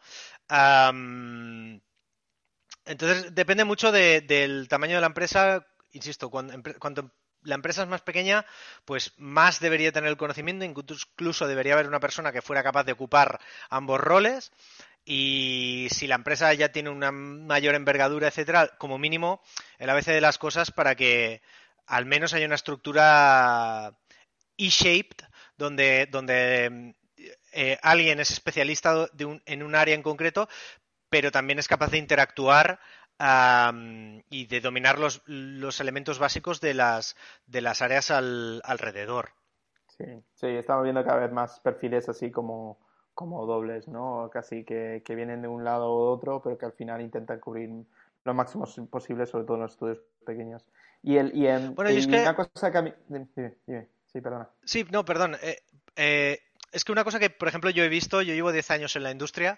Entonces depende mucho del tamaño de la empresa. Insisto, cuando la empresa es más pequeña, pues más debería tener el conocimiento, incluso debería haber una persona que fuera capaz de ocupar ambos roles. Y si la empresa ya tiene una mayor envergadura, etcétera, como mínimo el ABC de las cosas para que al menos haya una estructura E-shaped donde alguien es especialista en un área en concreto, pero también es capaz de interactuar y de dominar los elementos básicos de las áreas alrededor. Sí, estamos viendo cada vez más perfiles así como dobles, ¿no? Casi que vienen de un lado u otro, pero que al final intentan cubrir lo máximo posible, sobre todo en los estudios pequeños. Bueno, y es que... una cosa que a mí... Dime. Sí, perdona. Sí, no, perdón. Es que una cosa que, por ejemplo, yo llevo 10 años en la industria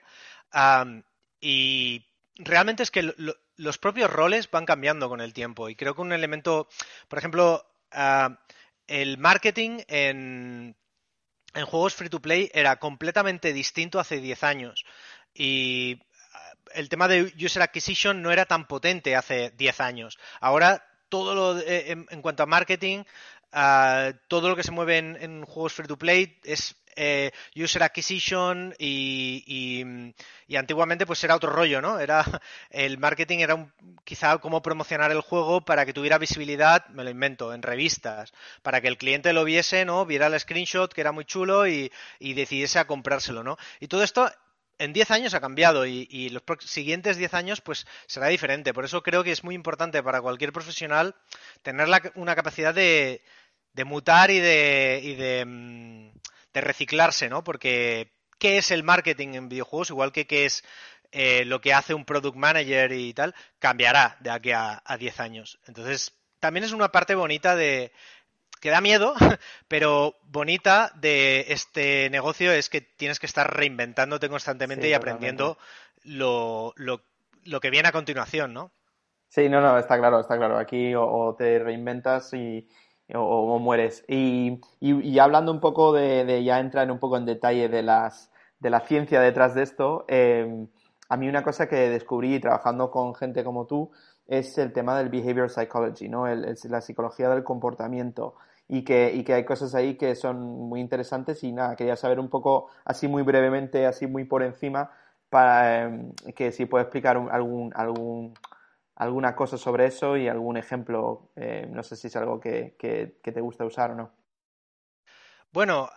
y realmente es que los propios roles van cambiando con el tiempo y creo que un elemento, por ejemplo, el marketing en juegos free to play era completamente distinto hace 10 años y el tema de user acquisition no era tan potente hace 10 años. Ahora todo en cuanto a marketing, todo lo que se mueve en juegos free to play es user acquisition y antiguamente pues era otro rollo, ¿no? El marketing era quizá cómo promocionar el juego para que tuviera visibilidad, me lo invento, en revistas, para que el cliente lo viese, ¿no? Viera el screenshot que era muy chulo y decidiese a comprárselo, ¿no? Y todo esto en 10 años ha cambiado y los siguientes 10 años pues será diferente. Por eso creo que es muy importante para cualquier profesional tener una capacidad de mutar y de reciclarse, ¿no? Porque ¿qué es el marketing en videojuegos? Igual que qué es lo que hace un product manager y tal, cambiará de aquí a 10 años. Entonces, también es una parte bonita que da miedo, pero bonita de este negocio es que tienes que estar reinventándote constantemente y aprendiendo lo que viene a continuación, ¿no? Sí, no, está claro. Aquí o te reinventas o mueres. Y hablando un poco de ya entrar un poco en detalle de la ciencia detrás de esto, a mí una cosa que descubrí trabajando con gente como tú es el tema del behavior psychology, ¿no? La psicología del comportamiento y que hay cosas ahí que son muy interesantes y nada, quería saber un poco así muy brevemente, así muy por encima, para que si puedes explicar alguna cosa sobre eso y algún ejemplo, no sé si es algo que te gusta usar o no. Bueno,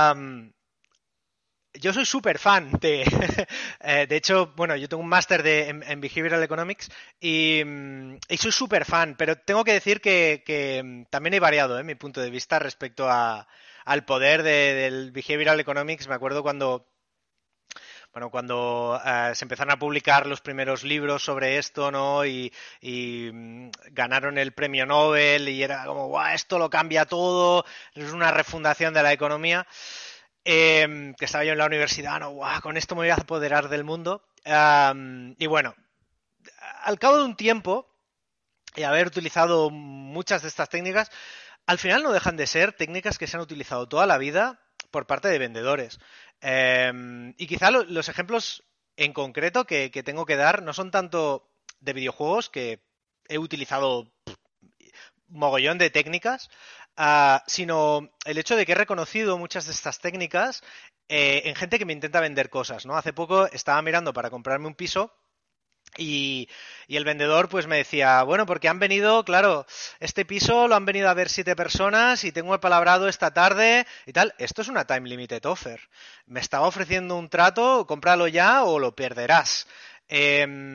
yo soy súper fan de hecho, bueno, yo tengo un máster en Behavioral Economics y soy súper fan, pero tengo que decir que también he variado mi punto de vista respecto al poder del Behavioral Economics. Me acuerdo cuando se empezaron a publicar los primeros libros sobre esto, ¿no? Y ganaron el premio Nobel y era como, ¡guau! Esto lo cambia todo, es una refundación de la economía. Que estaba yo en la universidad, ¿no? ¡Guau! Con esto me voy a apoderar del mundo. Y bueno, al cabo de un tiempo y haber utilizado muchas de estas técnicas, al final no dejan de ser técnicas que se han utilizado toda la vida por parte de vendedores. Y quizá los ejemplos en concreto que tengo que dar no son tanto de videojuegos, que he utilizado mogollón de técnicas, sino el hecho de que he reconocido muchas de estas técnicas en gente que me intenta vender cosas, ¿no? Hace poco estaba mirando para comprarme un piso y el vendedor pues me decía, bueno, porque han venido, claro, este piso lo han venido a ver 7 personas y tengo el palabrado esta tarde y tal. Esto es una time limited offer. Me estaba ofreciendo un trato, cómpralo ya o lo perderás.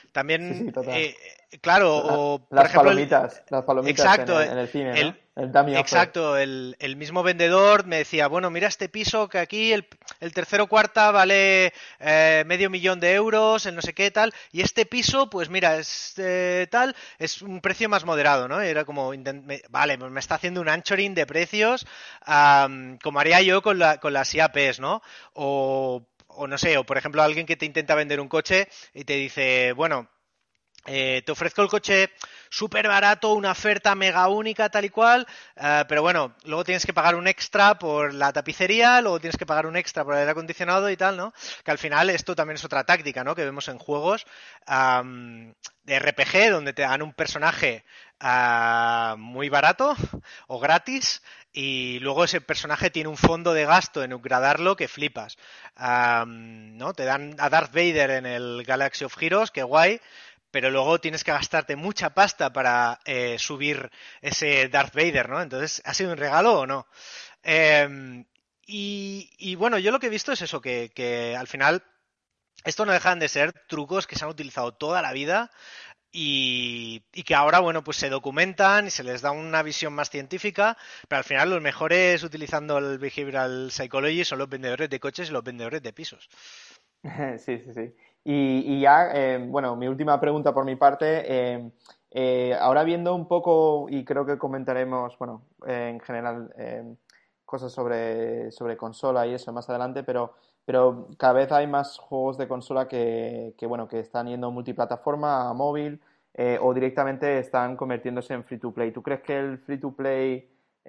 También, Sí, total. claro, o por ejemplo... Las palomitas Exacto, en el cine, ¿no? El dummy offer. Exacto, el mismo vendedor me decía, bueno, mira este piso que aquí el tercero cuarta vale €500,000, el no sé qué tal, y este piso, pues mira, es tal, es un precio más moderado, ¿no? Y era como, vale, pues me está haciendo un anchoring de precios, como haría yo con las IAPs, ¿no? O no sé, o por ejemplo alguien que te intenta vender un coche y te dice, bueno, te ofrezco el coche súper barato, una oferta mega única, tal y cual, pero bueno, luego tienes que pagar un extra por la tapicería, luego tienes que pagar un extra por el aire acondicionado y tal, ¿no? Que al final esto también es otra táctica, ¿no? Que vemos en juegos de RPG, donde te dan un personaje muy barato o gratis, y luego ese personaje tiene un fondo de gasto en upgradarlo que flipas. ¿No? Te dan a Darth Vader en el Galaxy of Heroes, que guay, pero luego tienes que gastarte mucha pasta para subir ese Darth Vader, ¿no? Entonces, ¿ha sido un regalo o no? Y bueno, yo lo que he visto es eso, que al final esto no dejan de ser trucos que se han utilizado toda la vida y que ahora, bueno, pues se documentan y se les da una visión más científica, pero al final los mejores utilizando el Behavioral Psychology son los vendedores de coches y los vendedores de pisos. Sí, sí, sí. Y ya, bueno, mi última pregunta por mi parte. Ahora viendo un poco, y creo que comentaremos, bueno, en general, cosas sobre consola y eso más adelante, pero cada vez hay más juegos de consola bueno, que están yendo multiplataforma, a móvil, o directamente están convirtiéndose en free to play. ¿Tú crees que el free to play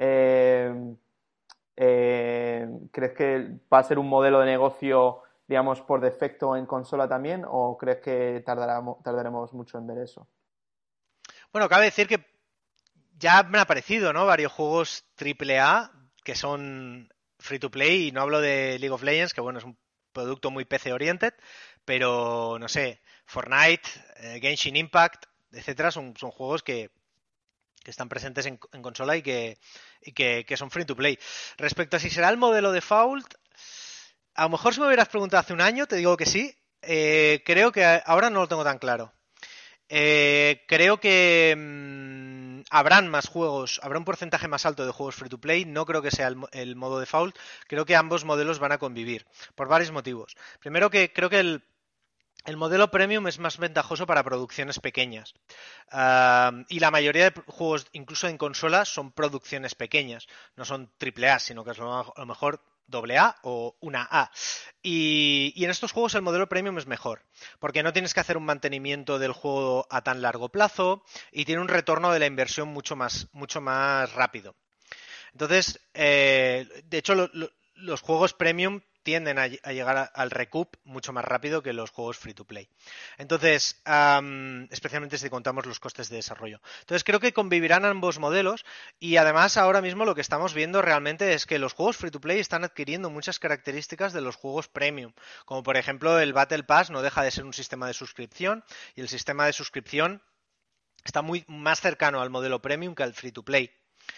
crees que va a ser un modelo de negocio, digamos, por defecto en consola también, o crees que tardaremos mucho en ver eso? Bueno, cabe decir que ya han aparecido, ¿no? Varios juegos AAA que son free to play, y no hablo de League of Legends, que bueno, es un producto muy PC oriented, pero no sé, Fortnite, Genshin Impact, etcétera, son juegos que están presentes en consola y que son free to play. Respecto a si será el modelo default, a lo mejor si me hubieras preguntado hace un año, te digo que sí. Creo que ahora no lo tengo tan claro. Creo que habrán más juegos, habrá un porcentaje más alto de juegos free to play. No creo que sea el modo default. Creo que ambos modelos van a convivir por varios motivos. Primero, que creo que el modelo premium es más ventajoso para producciones pequeñas. Y la mayoría de juegos, incluso en consolas, son producciones pequeñas. No son AAA, sino que es a lo mejor AA o una A. Y en estos juegos el modelo premium es mejor, porque no tienes que hacer un mantenimiento del juego a tan largo plazo y tiene un retorno de la inversión mucho más rápido. Entonces, de hecho, los juegos premium tienden a llegar al recoup mucho más rápido que los juegos free to play. Entonces, especialmente si contamos los costes de desarrollo. Entonces, creo que convivirán ambos modelos, y además ahora mismo lo que estamos viendo realmente es que los juegos free to play están adquiriendo muchas características de los juegos premium, como por ejemplo el Battle Pass no deja de ser un sistema de suscripción, y el sistema de suscripción está más cercano al modelo premium que al free to play.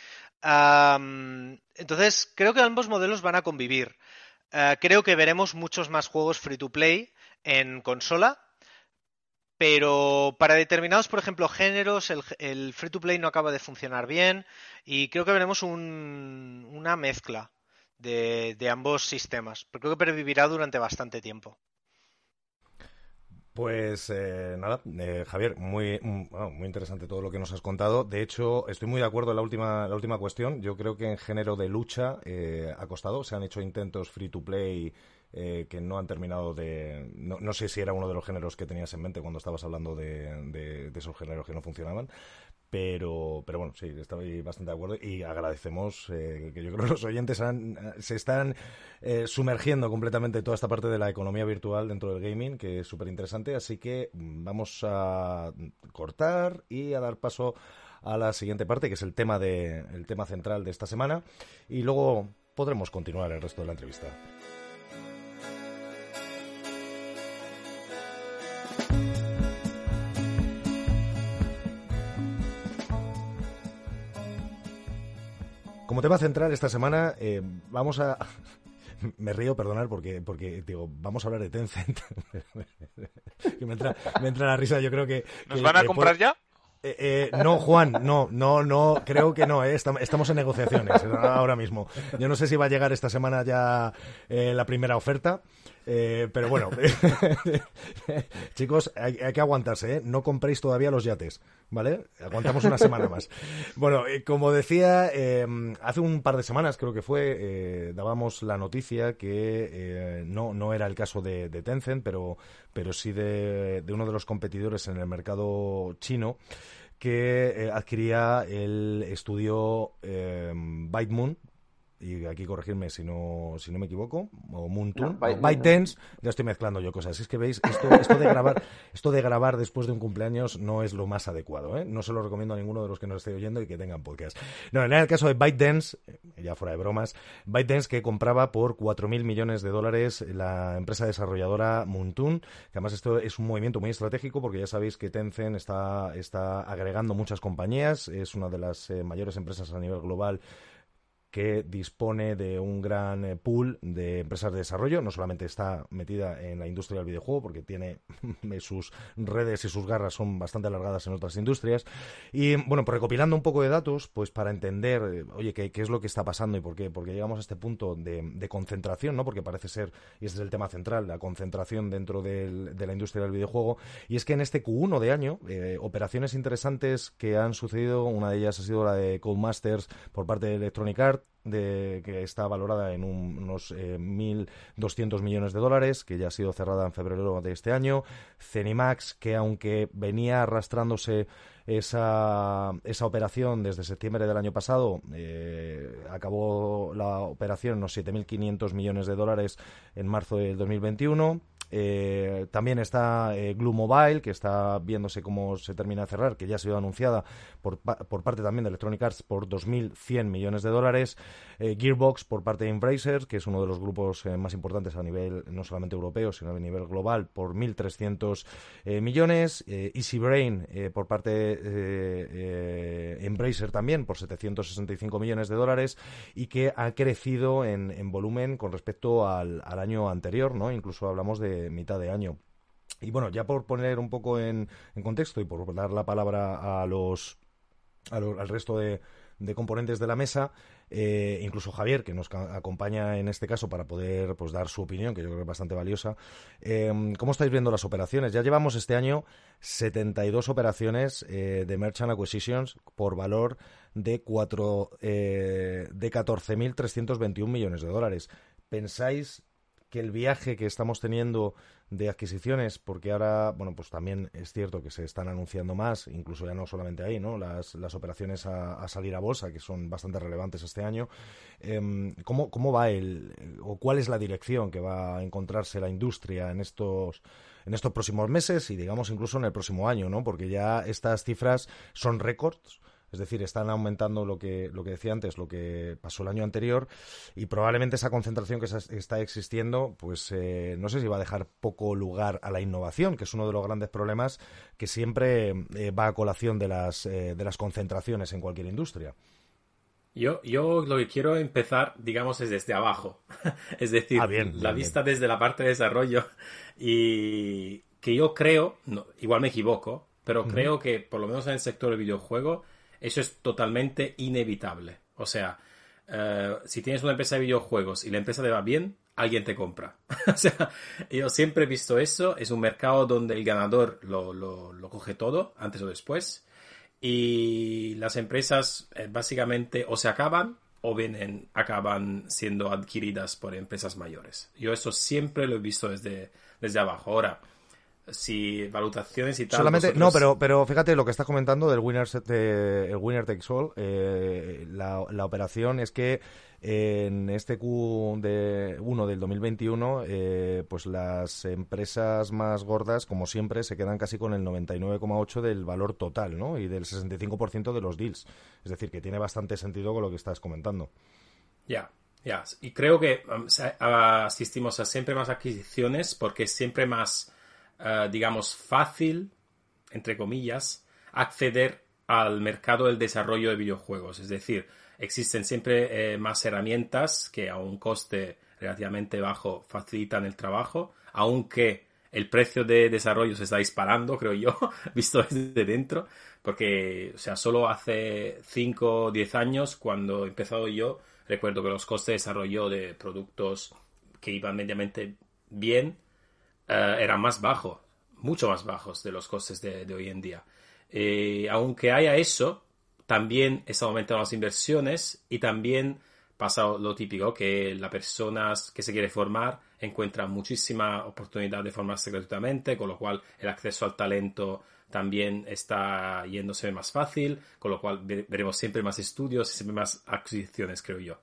Entonces, creo que ambos modelos van a convivir. Creo que veremos muchos más juegos free to play en consola, pero para determinados, por ejemplo, géneros, el free to play no acaba de funcionar bien, y creo que veremos una mezcla de ambos sistemas, pero creo que pervivirá durante bastante tiempo. Pues nada, Javier, muy interesante todo lo que nos has contado. De hecho, estoy muy de acuerdo en la última cuestión. Yo creo que en género de lucha ha costado. Se han hecho intentos free to play que no han terminado de... No sé si era uno de los géneros que tenías en mente cuando estabas hablando de esos géneros que no funcionaban. Pero bueno, sí, estoy bastante de acuerdo, y agradecemos que yo creo que los oyentes se están sumergiendo completamente en toda esta parte de la economía virtual dentro del gaming, que es súper interesante. Así que vamos a cortar y a dar paso a la siguiente parte, que es el tema central de esta semana, y luego podremos continuar el resto de la entrevista. Como tema central esta semana vamos a me río, perdonar, porque digo, vamos a hablar de Tencent. Que me entra la risa, yo creo que... ¿Nos van a comprar ya? No, Juan, no, creo que no, estamos en negociaciones ahora mismo. Yo no sé si va a llegar esta semana ya la primera oferta, pero bueno, chicos, hay que aguantarse, no compréis todavía los yates, ¿vale? Aguantamos una semana más. Bueno, como decía, hace un par de semanas creo que fue, dábamos la noticia que no era el caso de Tencent, pero sí de uno de los competidores en el mercado chino, que adquiría el estudio ByteMoon, y aquí corregirme si no me equivoco, o Moontoon, ByteDance, ya estoy mezclando yo cosas. Es que veis, esto de grabar después de un cumpleaños no es lo más adecuado, ¿eh? No se lo recomiendo a ninguno de los que nos esté oyendo y que tengan podcast. No, en el caso de ByteDance, ya fuera de bromas, ByteDance, que compraba por $4.000 millones la empresa desarrolladora Moontoon, que además esto es un movimiento muy estratégico porque ya sabéis que Tencent está agregando muchas compañías, es una de las mayores empresas a nivel global que dispone de un gran pool de empresas de desarrollo. No solamente está metida en la industria del videojuego, porque tiene sus redes y sus garras son bastante alargadas en otras industrias. Y bueno, pues recopilando un poco de datos, pues para entender, oye, qué es lo que está pasando y por qué, porque llegamos a este punto de concentración, ¿no? Porque parece ser, y este es el tema central, la concentración dentro de la industria del videojuego. Y es que en este Q1 de año, operaciones interesantes que han sucedido, una de ellas ha sido la de Codemasters por parte de Electronic Arts, que está valorada en unos 1.200 millones de dólares, que ya ha sido cerrada en febrero de este año. Zenimax, que aunque venía arrastrándose esa operación desde septiembre del año pasado, acabó la operación en unos 7.500 millones de dólares en marzo del 2021. También está Glu Mobile, que está viéndose cómo se termina de cerrar, que ya ha sido anunciada por parte también de Electronic Arts por 2.100 millones de dólares. Gearbox por parte de Embracer, que es uno de los grupos más importantes a nivel no solamente europeo, sino a nivel global, por 1.300 millones. Easy Brain por parte de Embracer también por 765 millones de dólares, y que ha crecido en volumen con respecto al año anterior, ¿no? Incluso hablamos de mitad de año. Y bueno, ya por poner un poco en contexto y por dar la palabra al resto de componentes de la mesa, incluso Javier, que nos acompaña en este caso para poder pues dar su opinión, que yo creo que es bastante valiosa. ¿Cómo estáis viendo las operaciones? Ya llevamos este año 72 operaciones de Merchant Acquisitions por valor de 14.321 millones de dólares. ¿Pensáis que el viaje que estamos teniendo de adquisiciones, porque ahora, bueno, pues también es cierto que se están anunciando más, incluso ya no solamente ahí, ¿no? Las operaciones a salir a bolsa, que son bastante relevantes este año, ¿cómo va o cuál es la dirección que va a encontrarse la industria en estos próximos meses y, digamos, incluso en el próximo año, ¿no? Porque ya estas cifras son récords. Es decir, están aumentando lo que decía antes, lo que pasó el año anterior, y probablemente esa concentración que está existiendo, pues no sé si va a dejar poco lugar a la innovación, que es uno de los grandes problemas que siempre va a colación de las concentraciones en cualquier industria. Yo lo que quiero empezar, digamos, es desde abajo. Es decir, la vista desde la parte de desarrollo. Y que yo creo, igual me equivoco, pero creo que por lo menos en el sector del videojuego eso es totalmente inevitable. O sea, si tienes una empresa de videojuegos y la empresa te va bien, alguien te compra. O sea, yo siempre he visto eso. Es un mercado donde el ganador lo coge todo, antes o después. Y las empresas básicamente o se acaban o acaban siendo adquiridas por empresas mayores. Yo eso siempre lo he visto desde abajo. Ahora, si valutaciones y tal... Solamente, vosotros... No, pero fíjate lo que estás comentando del winner takes all. La operación es que en este Q1 del 2021, pues las empresas más gordas, como siempre, se quedan casi con el 99,8% del valor total, ¿no? Y del 65% de los deals. Es decir, que tiene bastante sentido con lo que estás comentando. Ya. Y creo que asistimos a siempre más adquisiciones porque es siempre más... digamos, fácil, entre comillas, acceder al mercado del desarrollo de videojuegos. Es decir, existen siempre más herramientas que a un coste relativamente bajo facilitan el trabajo, aunque el precio de desarrollo se está disparando, creo yo, visto desde dentro, porque, o sea, solo hace 5 o 10 años, cuando he empezado yo, recuerdo que los costes de desarrollo de productos que iban medianamente bien eran más bajos, mucho más bajos de los costes de hoy en día. Aunque haya eso, también están aumentando las inversiones y también pasa lo típico, que las personas que se quieren formar encuentran muchísima oportunidad de formarse gratuitamente, con lo cual el acceso al talento también está yéndose más fácil, con lo cual veremos siempre más estudios y siempre más adquisiciones, creo yo.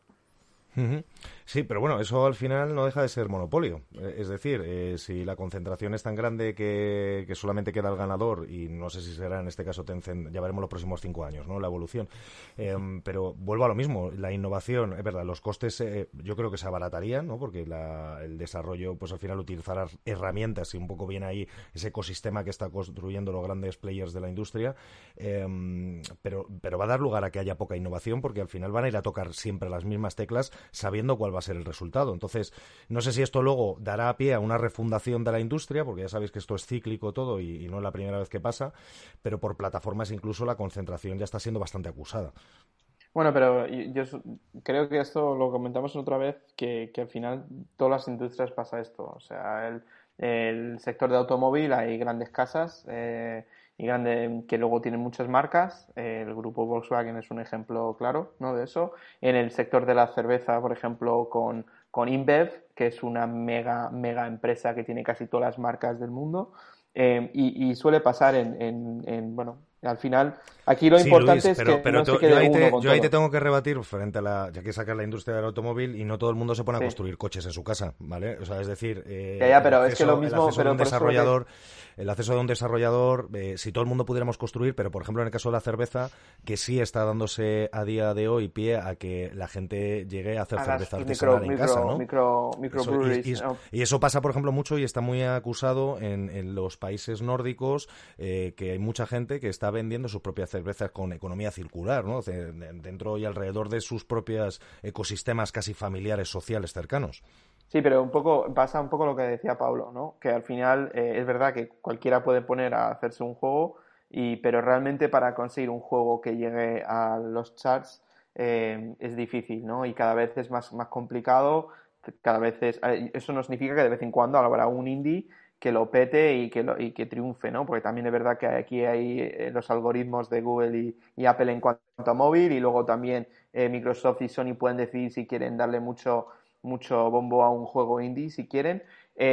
Sí, pero bueno, eso al final no deja de ser monopolio. Es decir, si la concentración es tan grande que solamente queda el ganador, y no sé si será en este caso Tencent, ya veremos los próximos 5 años, ¿no? La evolución. Pero vuelvo a lo mismo, la innovación, es verdad, los costes yo creo que se abaratarían, ¿no? Porque el desarrollo, pues al final utilizará herramientas y un poco bien ahí ese ecosistema que está construyendo los grandes players de la industria, pero va a dar lugar a que haya poca innovación, porque al final van a ir a tocar siempre las mismas teclas sabiendo cuál va a ser el resultado. Entonces, no sé si esto luego dará pie a una refundación de la industria, porque ya sabéis que esto es cíclico todo y no es la primera vez que pasa, pero por plataformas incluso la concentración ya está siendo bastante acusada. Bueno, pero yo creo que esto lo comentamos otra vez, que al final todas las industrias pasa esto. O sea, el sector de automóvil hay grandes casas y que luego tienen muchas marcas. El grupo Volkswagen es un ejemplo claro, ¿no? De eso. En el sector de la cerveza, por ejemplo, con InBev, que es una mega empresa que tiene casi todas las marcas del mundo. Y suele pasar bueno, al final, aquí lo importante Luis, es que no se quede uno con yo ahí te tengo que rebatir frente a ya que sacas la industria del automóvil y no todo el mundo se pone a construir coches en su casa, ¿vale? O sea, es decir, pero es que lo mismo, el acceso de un desarrollador, si todo el mundo pudiéramos construir, pero por ejemplo en el caso de la cerveza, que sí está dándose a día de hoy pie a que la gente llegue a hacer cerveza artesanal en casa, ¿no? Y eso pasa, por ejemplo, mucho y está muy acusado en los países nórdicos, que hay mucha gente que está vendiendo sus propias cervezas con economía circular, ¿no? Dentro y alrededor de sus propios ecosistemas casi familiares, sociales, cercanos. Sí, pero pasa un poco lo que decía Pablo, ¿no? Que al final es verdad que cualquiera puede poner a hacerse un juego, pero realmente para conseguir un juego que llegue a los charts es difícil, ¿no? Y cada vez es más complicado, eso no significa que de vez en cuando habrá un indie que lo pete y que triunfe, ¿no? Porque también es verdad que aquí hay los algoritmos de Google y Apple en cuanto a móvil, y luego también Microsoft y Sony pueden decidir si quieren darle mucho bombo a un juego indie, si quieren,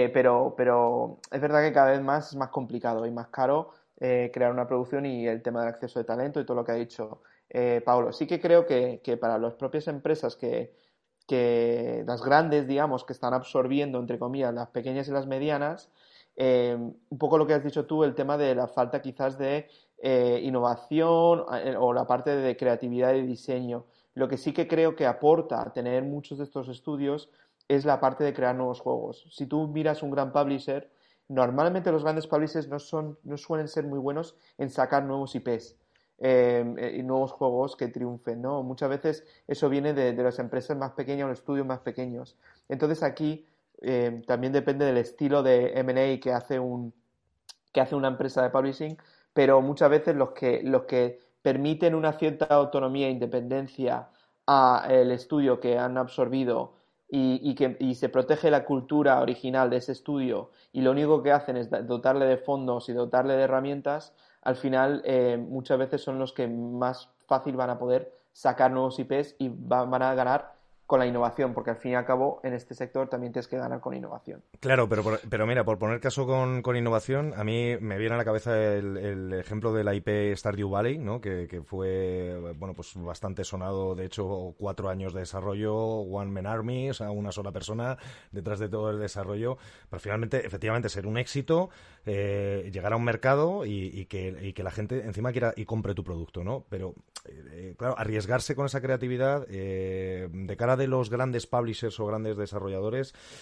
pero es verdad que cada vez es más complicado y más caro crear una producción, y el tema del acceso de talento y todo lo que ha dicho Paulo. Sí que creo que para las propias empresas que las grandes, digamos, que están absorbiendo, entre comillas, las pequeñas y las medianas, un poco lo que has dicho tú, el tema de la falta quizás de innovación o la parte de creatividad y diseño. Lo que sí que creo que aporta a tener muchos de estos estudios es la parte de crear nuevos juegos. Si tú miras un gran publisher, normalmente los grandes publishers no suelen ser muy buenos en sacar nuevos IPs. Y nuevos juegos que triunfen, ¿no? Muchas veces eso viene de las empresas más pequeñas o los estudios más pequeños. Entonces aquí también depende del estilo de M&A que hace una empresa de publishing, pero muchas veces los que permiten una cierta autonomía e independencia al estudio que han absorbido y se protege la cultura original de ese estudio, y lo único que hacen es dotarle de fondos y dotarle de herramientas, al final muchas veces son los que más fácil van a poder sacar nuevos IPs y van a ganar con la innovación, porque al fin y al cabo en este sector también tienes que ganar con innovación. Claro, pero mira, por poner caso con innovación, a mí me viene a la cabeza el ejemplo de la IP Stardew Valley, ¿no? Que fue, bueno, pues bastante sonado, de hecho 4 años de desarrollo, One Man Army, o sea, una sola persona detrás de todo el desarrollo, pero finalmente, efectivamente, ser un éxito, llegar a un mercado y que la gente encima quiera y compre tu producto, ¿no? Pero, claro, arriesgarse con esa creatividad de cara de los grandes publishers o grandes desarrolladores,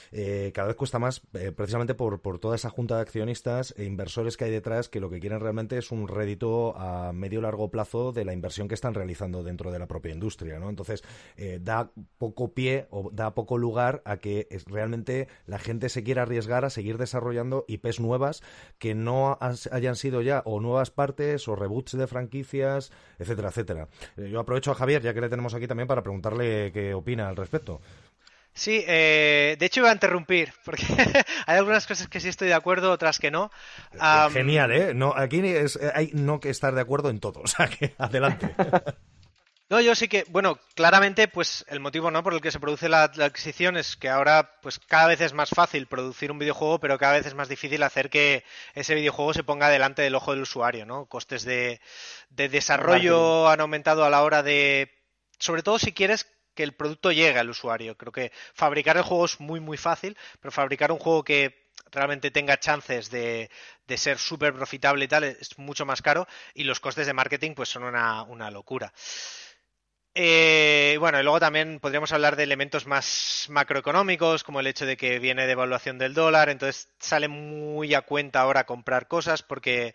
cada vez cuesta más, precisamente por toda esa junta de accionistas e inversores que hay detrás, que lo que quieren realmente es un rédito a medio largo plazo de la inversión que están realizando dentro de la propia industria, ¿no? Entonces, da poco pie o da poco lugar a que realmente la gente se quiera arriesgar a seguir desarrollando IPs nuevas que no hayan sido ya o nuevas partes o reboots de franquicias, etcétera, etcétera. Yo aprovecho a Javier, ya que le tenemos aquí también, para preguntarle qué opina al respecto. Sí, de hecho iba a interrumpir, porque hay algunas cosas que sí estoy de acuerdo, otras que no. Genial, ¿eh? No, aquí hay no que estar de acuerdo en todo, o sea que adelante. No, yo sí que, bueno, claramente, pues el motivo, ¿no?, por el que se produce la adquisición es que ahora, pues cada vez es más fácil producir un videojuego, pero cada vez es más difícil hacer que ese videojuego se ponga delante del ojo del usuario, ¿no? Costes de desarrollo han aumentado a la hora de, sobre todo si quieres que el producto llegue al usuario. Creo que fabricar el juego es muy, muy fácil, pero fabricar un juego que realmente tenga chances de ser súper profitable y tal es mucho más caro, y los costes de marketing pues son una locura. Bueno, y luego también podríamos hablar de elementos más macroeconómicos, como el hecho de que viene devaluación del dólar, entonces sale muy a cuenta ahora comprar cosas porque,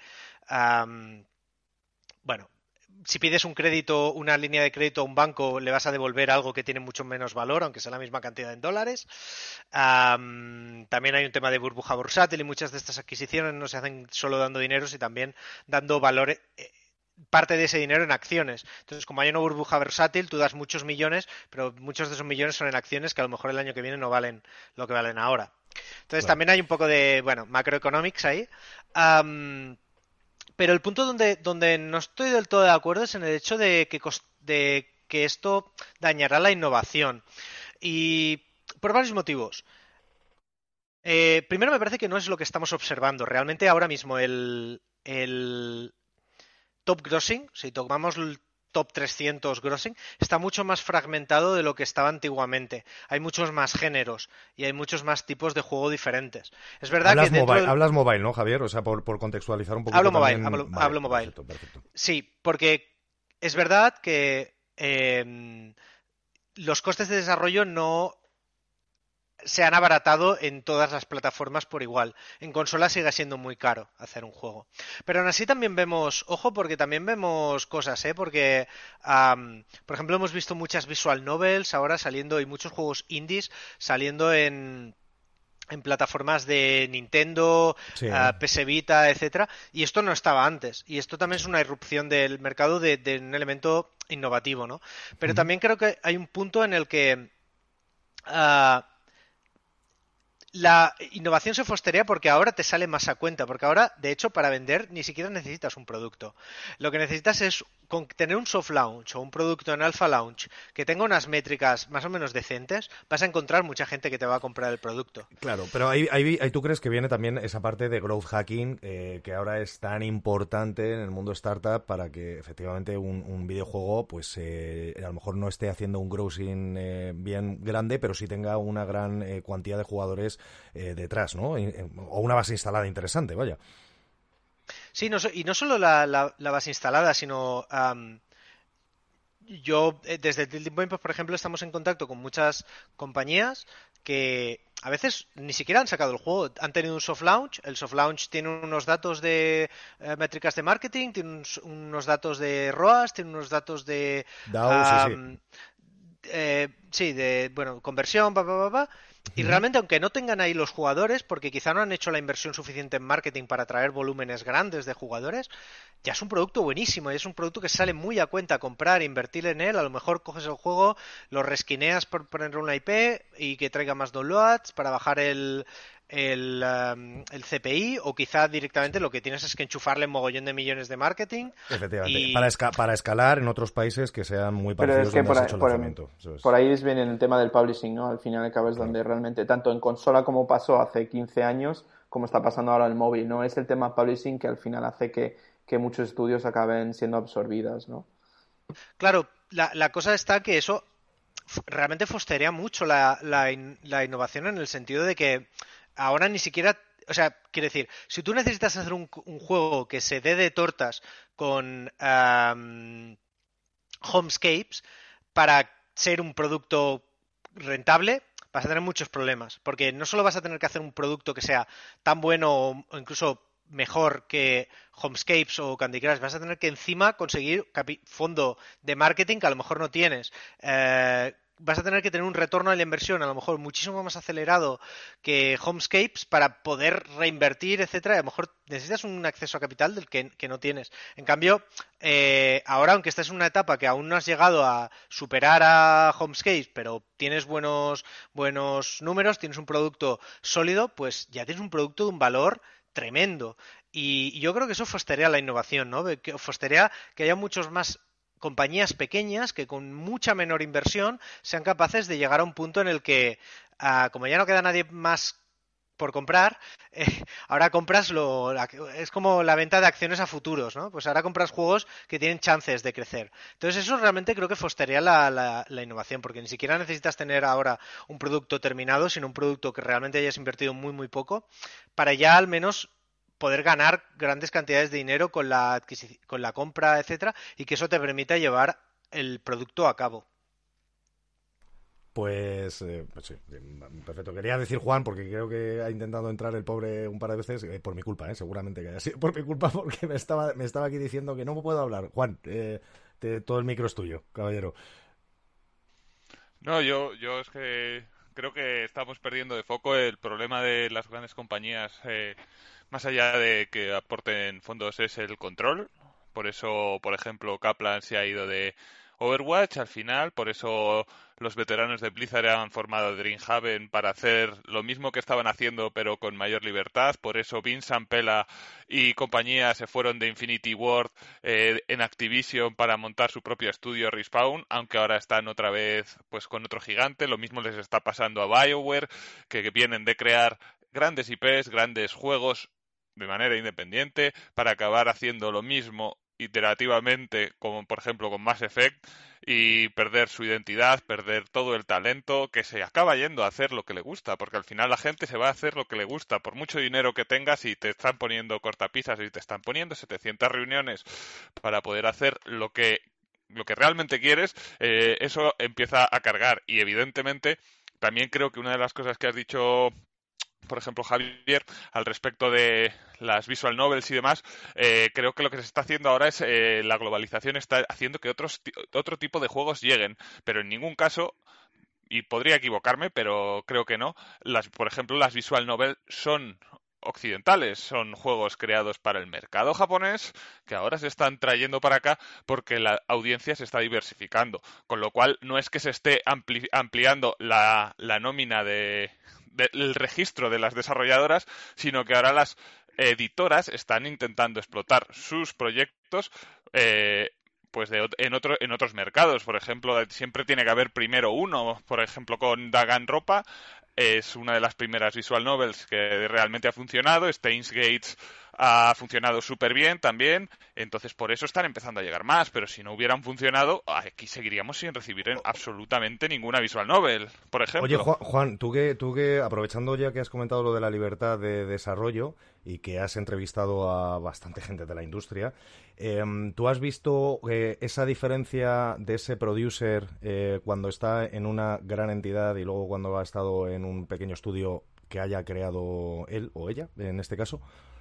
bueno, si pides un crédito, una línea de crédito a un banco, le vas a devolver algo que tiene mucho menos valor, aunque sea la misma cantidad en dólares. También hay un tema de burbuja bursátil, y muchas de estas adquisiciones no se hacen solo dando dinero, sino también dando valor, parte de ese dinero en acciones. Entonces, como hay una burbuja versátil, tú das muchos millones, pero muchos de esos millones son en acciones que a lo mejor el año que viene no valen lo que valen ahora. Entonces, también hay un poco de, bueno, macroeconomics ahí. Pero el punto donde no estoy del todo de acuerdo es en el hecho de que esto dañará la innovación. Y por varios motivos. Primero, me parece que no es lo que estamos observando. Realmente ahora mismo el top grossing, si tomamos el top 300 grossing, está mucho más fragmentado de lo que estaba antiguamente. Hay muchos más géneros y hay muchos más tipos de juego diferentes. Es verdad que hablas mobile, ¿no, Javier? O sea, por contextualizar un poquito. Hablo mobile, también... hablo mobile. Perfecto. Sí, porque es verdad que los costes de desarrollo no se han abaratado en todas las plataformas por igual. En consola sigue siendo muy caro hacer un juego. Pero aún así también vemos, ojo, porque también vemos cosas, ¿eh? Porque, por ejemplo, hemos visto muchas visual novels ahora saliendo, y muchos juegos indies saliendo en plataformas de Nintendo, sí, PS Vita, etcétera, y esto no estaba antes, y esto también es una irrupción del mercado de un elemento innovativo, ¿no? Pero también creo que hay un punto en el que la innovación se fosterea porque ahora te sale más a cuenta, porque ahora, de hecho, para vender ni siquiera necesitas un producto. Lo que necesitas es tener un soft launch o un producto en alpha launch que tenga unas métricas más o menos decentes, vas a encontrar mucha gente que te va a comprar el producto. Claro, pero ahí tú crees que viene también esa parte de growth hacking que ahora es tan importante en el mundo startup para que efectivamente un videojuego pues a lo mejor no esté haciendo un grossing bien grande, pero sí tenga una gran cantidad de jugadores detrás, ¿no? O una base instalada interesante, vaya. Sí, y no solo la base instalada, sino yo desde Tilting Point, pues, por ejemplo, estamos en contacto con muchas compañías que a veces ni siquiera han sacado el juego, han tenido un soft launch, el soft launch tiene unos datos de métricas de marketing, tiene unos datos de ROAS, tiene unos datos de DAO, sí, de, bueno, conversión, y realmente, aunque no tengan ahí los jugadores, porque quizá no han hecho la inversión suficiente en marketing para atraer volúmenes grandes de jugadores, ya es un producto buenísimo, y es un producto que sale muy a cuenta comprar e invertir en él. A lo mejor coges el juego, lo resquineas por ponerle una IP y que traiga más downloads para bajar el CPI, o quizá directamente lo que tienes es que enchufarle un mogollón de millones de marketing. Efectivamente, para escalar en otros países que sean muy parecidos. Pero es que donde has hecho el lanzamiento. por ahí viene el tema del publishing, ¿no? Al final acabas donde realmente, tanto en consola como pasó hace 15 años, como está pasando ahora en el móvil, ¿no? Es el tema publishing que al final hace que muchos estudios acaben siendo absorbidas, ¿no? Claro, la cosa está que eso realmente fosterea mucho la innovación, en el sentido de que ahora ni siquiera, o sea, quiero decir, si tú necesitas hacer un juego que se dé de tortas con homescapes para ser un producto rentable, vas a tener muchos problemas, porque no solo vas a tener que hacer un producto que sea tan bueno o incluso mejor que Homescapes o Candy Crush, vas a tener que encima conseguir fondo de marketing que a lo mejor no tienes. Vas a tener que tener un retorno de la inversión a lo mejor muchísimo más acelerado que Homescapes para poder reinvertir, etcétera. A lo mejor necesitas un acceso a capital del que no tienes. En cambio, ahora, aunque estás en una etapa que aún no has llegado a superar a Homescapes, pero tienes buenos números, tienes un producto sólido, pues ya tienes un producto de un valor tremendo. Y yo creo que eso fosterea la innovación, ¿no? Que fosterea que haya muchos más compañías pequeñas que con mucha menor inversión sean capaces de llegar a un punto en el que, como ya no queda nadie más por comprar, ahora compras es como la venta de acciones a futuros, ¿no? Pues ahora compras juegos que tienen chances de crecer. Entonces eso realmente creo que fosterea la innovación, porque ni siquiera necesitas tener ahora un producto terminado, sino un producto que realmente hayas invertido muy, muy poco, para ya al menos poder ganar grandes cantidades de dinero con la compra, etcétera, y que eso te permita llevar el producto a cabo. Pues sí, perfecto. Quería decir Juan, porque creo que ha intentado entrar el pobre un par de veces, por mi culpa, seguramente que haya sido por mi culpa, porque me estaba aquí diciendo que no puedo hablar. Juan, todo el micro es tuyo, caballero. No, yo es que creo que estamos perdiendo de foco el problema de las grandes compañías, más allá de que aporten fondos, es el control. Por eso, por ejemplo, Kaplan se ha ido de Overwatch al final, por eso los veteranos de Blizzard han formado Dreamhaven para hacer lo mismo que estaban haciendo pero con mayor libertad, por eso Vince Zampella y compañía se fueron de Infinity Ward en Activision para montar su propio estudio Respawn, aunque ahora están otra vez pues con otro gigante. Lo mismo les está pasando a BioWare, que vienen de crear grandes IPs, grandes juegos de manera independiente para acabar haciendo lo mismo iterativamente, como por ejemplo con Mass Effect, y perder su identidad, perder todo el talento, que se acaba yendo a hacer lo que le gusta, porque al final la gente se va a hacer lo que le gusta, por mucho dinero que tengas y te están poniendo cortapisas y te están poniendo 700 reuniones para poder hacer lo que realmente quieres, eso empieza a cargar. Y evidentemente también creo que una de las cosas que has dicho, por ejemplo, Javier, al respecto de las visual novels y demás, creo que lo que se está haciendo ahora es la globalización está haciendo que otro tipo de juegos lleguen, pero en ningún caso, y podría equivocarme, pero creo que no, por ejemplo, las visual novels son occidentales, son juegos creados para el mercado japonés que ahora se están trayendo para acá porque la audiencia se está diversificando, con lo cual no es que se esté ampliando la nómina del registro de las desarrolladoras, sino que ahora las editoras están intentando explotar sus proyectos pues en otros mercados. Por ejemplo, siempre tiene que haber primero uno. Por ejemplo, con Danganronpa es una de las primeras visual novels que realmente ha funcionado. Steins Gates ha funcionado súper bien también. Entonces, por eso están empezando a llegar más. Pero si no hubieran funcionado, aquí seguiríamos sin recibir absolutamente ninguna visual novel, por ejemplo. Oye, Juan, tú que, aprovechando ya que has comentado lo de la libertad de desarrollo y que has entrevistado a bastante gente de la industria, ¿tú has visto esa diferencia de ese producer cuando está en una gran entidad y luego cuando ha estado en un pequeño estudio que haya creado él o ella, en este caso?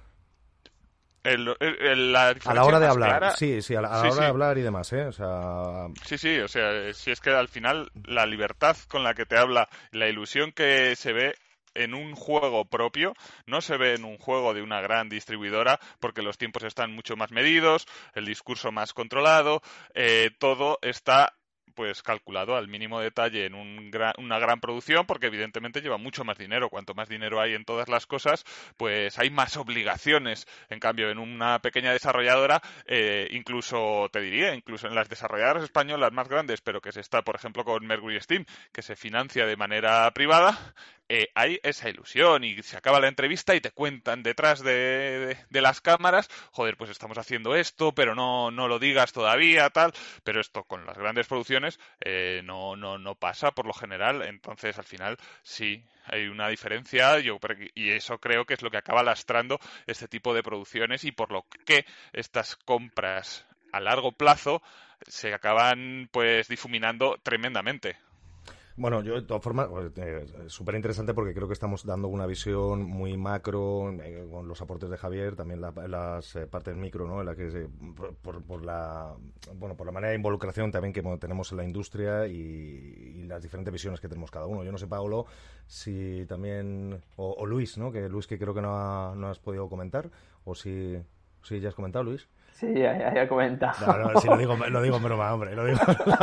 La a la hora de hablar, clara, sí, a la hora de hablar y demás, o sea... Sí, o sea, si es que al final la libertad con la que te habla, la ilusión que se ve en un juego propio, no se ve en un juego de una gran distribuidora, porque los tiempos están mucho más medidos, el discurso más controlado, todo está pues calculado al mínimo detalle en una gran producción, porque evidentemente lleva mucho más dinero. Cuanto más dinero hay en todas las cosas, pues hay más obligaciones. En cambio, en una pequeña desarrolladora, incluso en las desarrolladoras españolas más grandes, pero que se está, por ejemplo, con Mercury Steam, que se financia de manera privada, hay esa ilusión y se acaba la entrevista y te cuentan detrás de las cámaras, joder, pues estamos haciendo esto, pero no lo digas todavía, tal. Pero esto con las grandes producciones no pasa por lo general. Entonces, al final, sí, hay una diferencia y eso creo que es lo que acaba lastrando este tipo de producciones y por lo que estas compras a largo plazo se acaban pues difuminando tremendamente. Bueno, yo de todas formas, súper interesante porque creo que estamos dando una visión muy macro con los aportes de Javier, también las partes micro, ¿no? En la que por la bueno, por la manera de involucración también que tenemos en la industria y las diferentes visiones que tenemos cada uno. Yo no sé, Paolo, si también o Luis, ¿no? Que Luis, que creo que no has podido comentar, o si ya has comentado, Luis. Sí, ya he comentado. No, si lo digo en broma, hombre. Lo digo.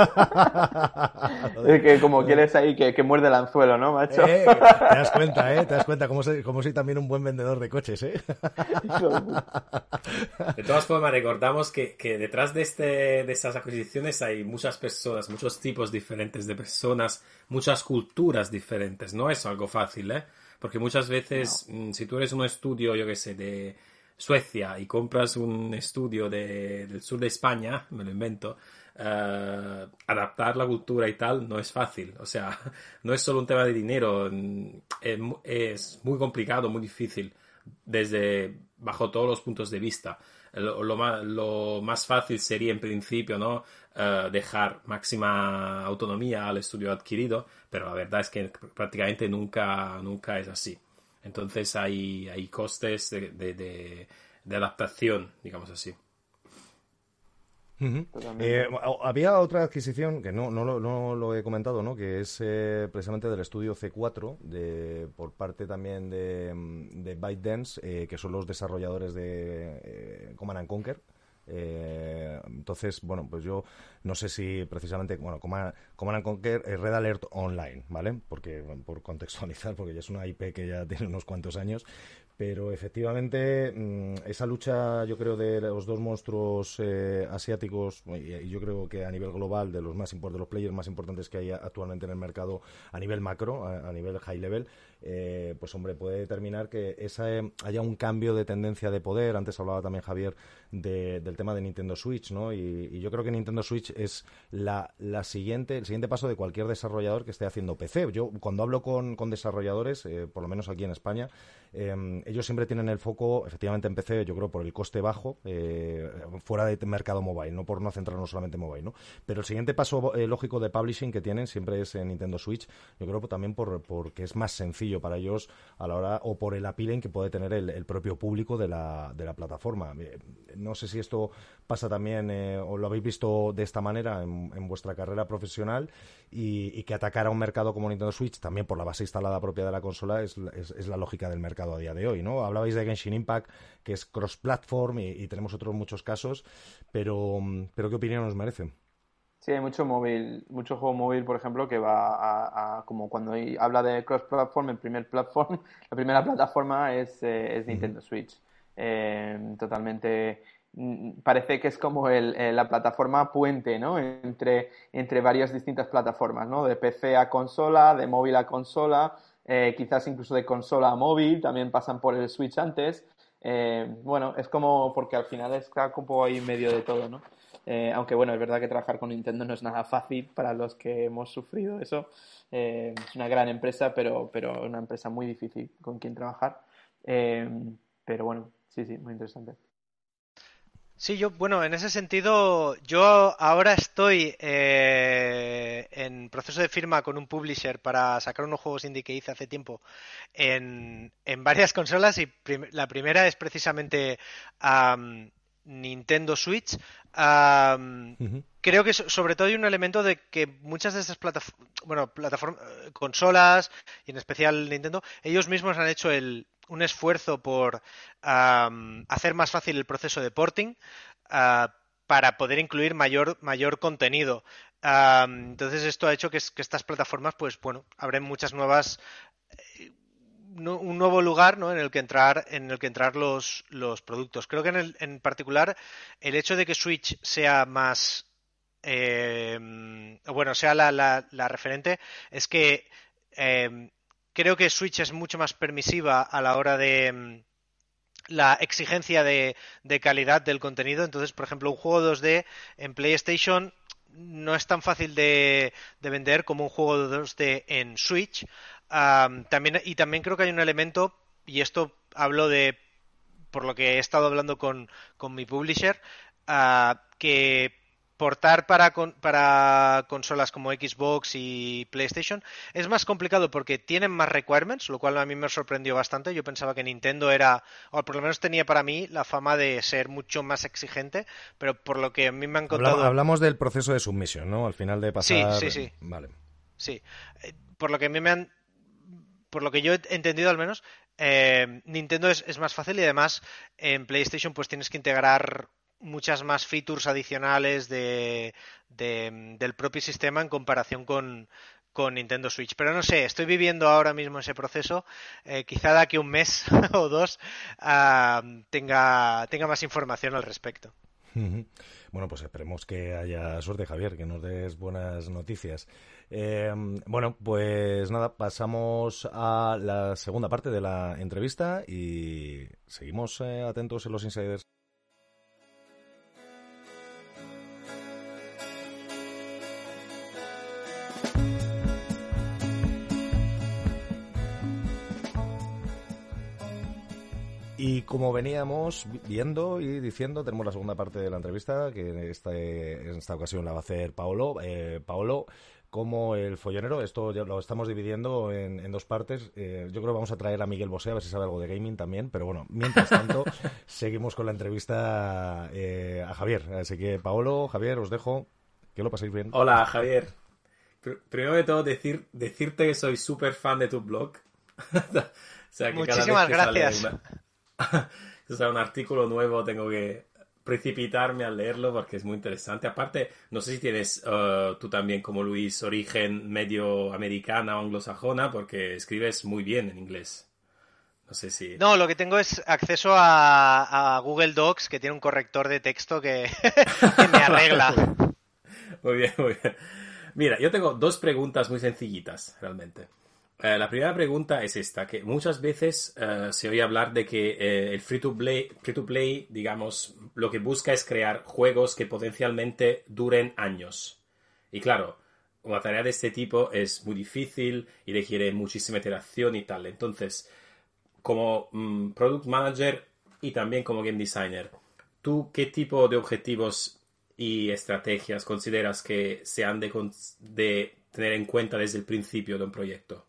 Es que como quieres ahí que muerde el anzuelo, ¿no, macho? Te das cuenta, Te das cuenta cómo soy también un buen vendedor de coches, De todas formas, recordamos que detrás de estas adquisiciones hay muchas personas, muchos tipos diferentes de personas, muchas culturas diferentes. No es algo fácil, ¿eh? Porque muchas veces, si tú eres un estudio, yo qué sé, de Suecia y compras un estudio del sur de España, me lo invento, adaptar la cultura y tal no es fácil. O sea, no es solo un tema de dinero, es muy complicado, muy difícil, bajo todos los puntos de vista. Lo más fácil sería en principio, ¿no? Dejar máxima autonomía al estudio adquirido, pero la verdad es que prácticamente nunca es así. Entonces hay costes de adaptación, digamos así. Uh-huh. Había otra adquisición que no lo he comentado, ¿no? Que es precisamente del estudio C4 por parte también de ByteDance, que son los desarrolladores de Command and Conquer. Entonces, bueno, pues yo no sé si precisamente, bueno, Command and Conquer es Red Alert Online, ¿vale? Porque, por contextualizar, porque ya es una IP que ya tiene unos cuantos años, pero efectivamente esa lucha, yo creo, de los dos monstruos asiáticos, y yo creo que a nivel global de los players más importantes que hay actualmente en el mercado a nivel macro, a nivel high level, pues hombre, puede determinar que haya un cambio de tendencia de poder. Antes hablaba también Javier del tema de Nintendo Switch, ¿no? Y yo creo que Nintendo Switch es el siguiente paso de cualquier desarrollador que esté haciendo PC. Yo cuando hablo con desarrolladores, por lo menos aquí en España, ellos siempre tienen el foco, efectivamente, en PC, yo creo, por el coste bajo, fuera de mercado mobile, no por no centrarnos solamente en mobile, ¿no? Pero el siguiente paso lógico de publishing que tienen siempre es en Nintendo Switch, yo creo también porque es más sencillo para ellos a la hora, o por el appealing que puede tener el propio público de la plataforma. No sé si esto pasa también, o lo habéis visto de esta manera en vuestra carrera profesional, y que atacar a un mercado como Nintendo Switch, también por la base instalada propia de la consola, es la lógica del mercado a día de hoy, ¿no? Hablabais de Genshin Impact, que es cross-platform, y tenemos otros muchos casos, pero ¿qué opinión os merece? Sí, hay mucho juego móvil, por ejemplo, que va como cuando habla de cross-platform, la primera plataforma es Nintendo Switch. Totalmente, parece que es como la plataforma puente, ¿no? Entre varias distintas plataformas, ¿no? De PC a consola, de móvil a consola, quizás incluso de consola a móvil, también pasan por el Switch antes. Bueno, es como porque al final está un poco ahí en medio de todo, ¿no? Aunque bueno, es verdad que trabajar con Nintendo no es nada fácil para los que hemos sufrido eso. Es una gran empresa, pero una empresa muy difícil con quien trabajar. Pero bueno, sí, muy interesante. Sí, bueno, en ese sentido, yo ahora estoy en proceso de firma con un publisher para sacar unos juegos indie que hice hace tiempo en varias consolas, y la primera es precisamente Nintendo Switch. Creo que sobre todo hay un elemento de que muchas de estas plataformas, consolas, y en especial Nintendo, ellos mismos han hecho un esfuerzo por hacer más fácil el proceso de porting para poder incluir mayor contenido. Entonces esto ha hecho que estas plataformas, pues bueno, abren muchas nuevas, un nuevo lugar, ¿no? en el que entrar los productos. Creo que en particular el hecho de que Switch sea más sea la referente, es que creo que Switch es mucho más permisiva a la hora de la exigencia de calidad del contenido. Entonces, por ejemplo, un juego 2D en PlayStation no es tan fácil de vender como un juego 2D en Switch. También creo que hay un elemento, y esto hablo por lo que he estado hablando con mi publisher, que portar para consolas como Xbox y PlayStation es más complicado porque tienen más requirements, lo cual a mí me sorprendió bastante. Yo pensaba que Nintendo era, o por lo menos tenía para mí, la fama de ser mucho más exigente, pero por lo que a mí me han contado... Hablamos del proceso de submisión, ¿no? Al final de pasar... Sí. Vale. Sí. Por lo que a mí por lo que yo he entendido al menos, Nintendo es más fácil y además en PlayStation pues tienes que integrar muchas más features adicionales del propio sistema en comparación con Nintendo Switch. Pero no sé, estoy viviendo ahora mismo ese proceso. Quizá de aquí a un mes o dos tenga más información al respecto. Bueno, pues esperemos que haya suerte, Javier, que nos des buenas noticias. Bueno, pues nada, pasamos a la segunda parte de la entrevista y seguimos atentos en los insiders. Y como veníamos viendo y diciendo, tenemos la segunda parte de la entrevista, que en esta ocasión la va a hacer Paolo. Paolo, como el follonero, esto ya lo estamos dividiendo en dos partes. Yo creo que vamos a traer a Miguel Bosé, a ver si sabe algo de gaming también. Pero bueno, mientras tanto, seguimos con la entrevista a Javier. Así que, Paolo, Javier, os dejo. Que lo paséis bien. Hola, Javier. Primero de todo, decirte que soy súper fan de tu blog. O sea, que muchísimas gracias. Si sale un artículo nuevo tengo que precipitarme a leerlo porque es muy interesante. Aparte, no sé si tienes tú también, como Luis, origen medio americana o anglosajona, porque escribes muy bien en inglés. No sé si... No, lo que tengo es acceso a Google Docs, que tiene un corrector de texto que me arregla. Muy bien, muy bien. Mira, yo tengo dos preguntas muy sencillitas, realmente. La primera pregunta es esta, que muchas veces se oye hablar de que el free to play, digamos, lo que busca es crear juegos que potencialmente duren años. Y claro, una tarea de este tipo es muy difícil y requiere muchísima iteración y tal. Entonces, como product manager y también como game designer, ¿tú qué tipo de objetivos y estrategias consideras que se han de tener en cuenta desde el principio de un proyecto?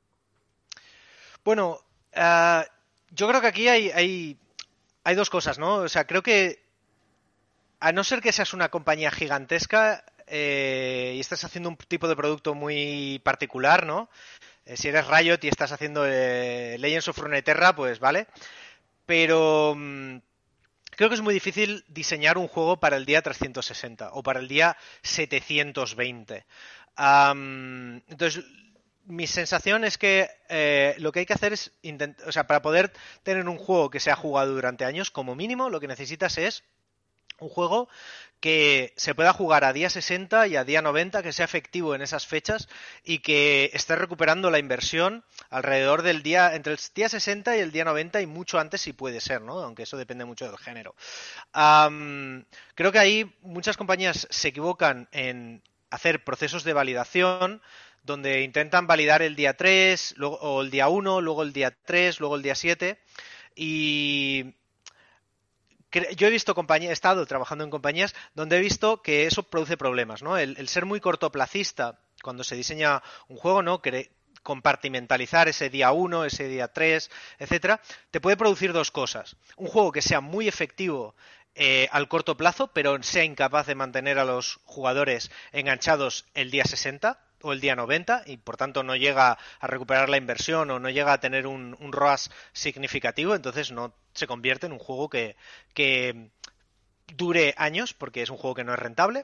Bueno, yo creo que aquí hay dos cosas, ¿no? O sea, creo que a no ser que seas una compañía gigantesca y estés haciendo un tipo de producto muy particular, ¿no? Si eres Riot y estás haciendo Legends of Runeterra, pues vale. Pero creo que es muy difícil diseñar un juego para el día 360 o para el día 720. Entonces... Mi sensación es que lo que hay que hacer es o sea, para poder tener un juego que sea jugado durante años, como mínimo, lo que necesitas es un juego que se pueda jugar a día 60 y a día 90, que sea efectivo en esas fechas y que esté recuperando la inversión alrededor del día, entre el día 60 y el día 90 y mucho antes si puede ser, ¿no? Aunque eso depende mucho del género. Creo que ahí muchas compañías se equivocan en hacer procesos de validación donde intentan validar el día 3, luego, o el día 1, luego el día 3, luego el día 7. Y yo he visto he estado trabajando en compañías donde he visto que eso produce problemas, ¿no? El ser muy cortoplacista cuando se diseña un juego, ¿no? Compartimentalizar ese día 1, ese día 3, etcétera, te puede producir dos cosas. Un juego que sea muy efectivo al corto plazo, pero sea incapaz de mantener a los jugadores enganchados el día 60 o el día 90 y por tanto no llega a recuperar la inversión o no llega a tener un ROAS significativo, entonces no se convierte en un juego que dure años porque es un juego que no es rentable.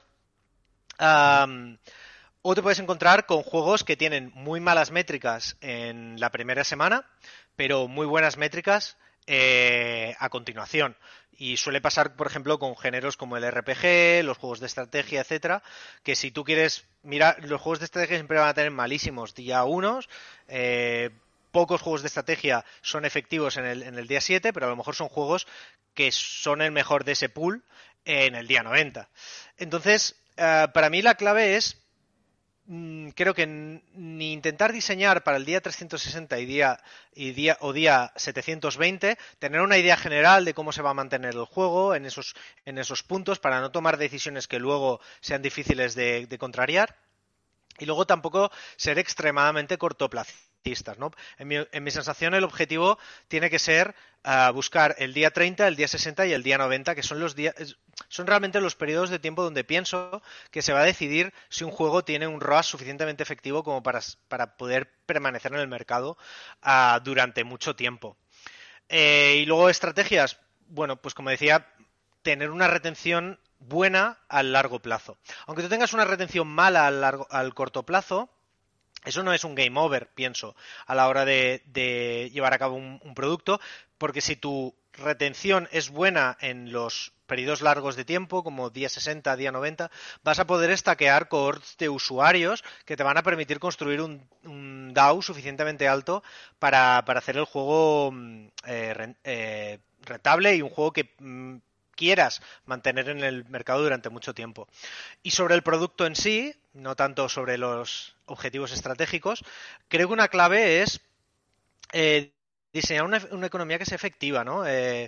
O te puedes encontrar con juegos que tienen muy malas métricas en la primera semana, pero muy buenas métricas a continuación. Y suele pasar, por ejemplo, con géneros como el RPG, los juegos de estrategia, etcétera, que si tú quieres mirar, los juegos de estrategia siempre van a tener malísimos día 1, pocos juegos de estrategia son efectivos en el día 7, pero a lo mejor son juegos que son el mejor de ese pool en el día 90. Entonces, para mí la clave es creo que ni intentar diseñar para el día 360 o día 720, tener una idea general de cómo se va a mantener el juego en esos puntos para no tomar decisiones que luego sean difíciles de contrariar. Y luego tampoco ser extremadamente cortoplacistas, ¿no? En mi sensación el objetivo tiene que ser buscar el día 30, el día 60 y el día 90, que son realmente los periodos de tiempo donde pienso que se va a decidir si un juego tiene un ROAS suficientemente efectivo como para poder permanecer en el mercado durante mucho tiempo. Y luego estrategias, bueno, pues como decía, tener una retención buena al largo plazo. Aunque tú tengas una retención mala al corto plazo, eso no es un game over, pienso, a la hora de llevar a cabo un producto, porque si tu retención es buena en los periodos largos de tiempo, como día 60, día 90, vas a poder stackear cohorts de usuarios que te van a permitir construir un DAU suficientemente alto para hacer el juego rentable y un juego que quieras mantener en el mercado durante mucho tiempo. Y sobre el producto en sí, no tanto sobre los objetivos estratégicos, creo que una clave es diseñar una economía que sea efectiva, ¿no?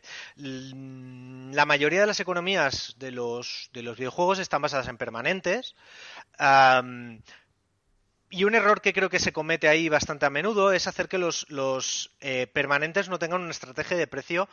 La mayoría de las economías de los videojuegos están basadas en permanentes. Y un error que creo que se comete ahí bastante a menudo es hacer que los permanentes no tengan una estrategia de precio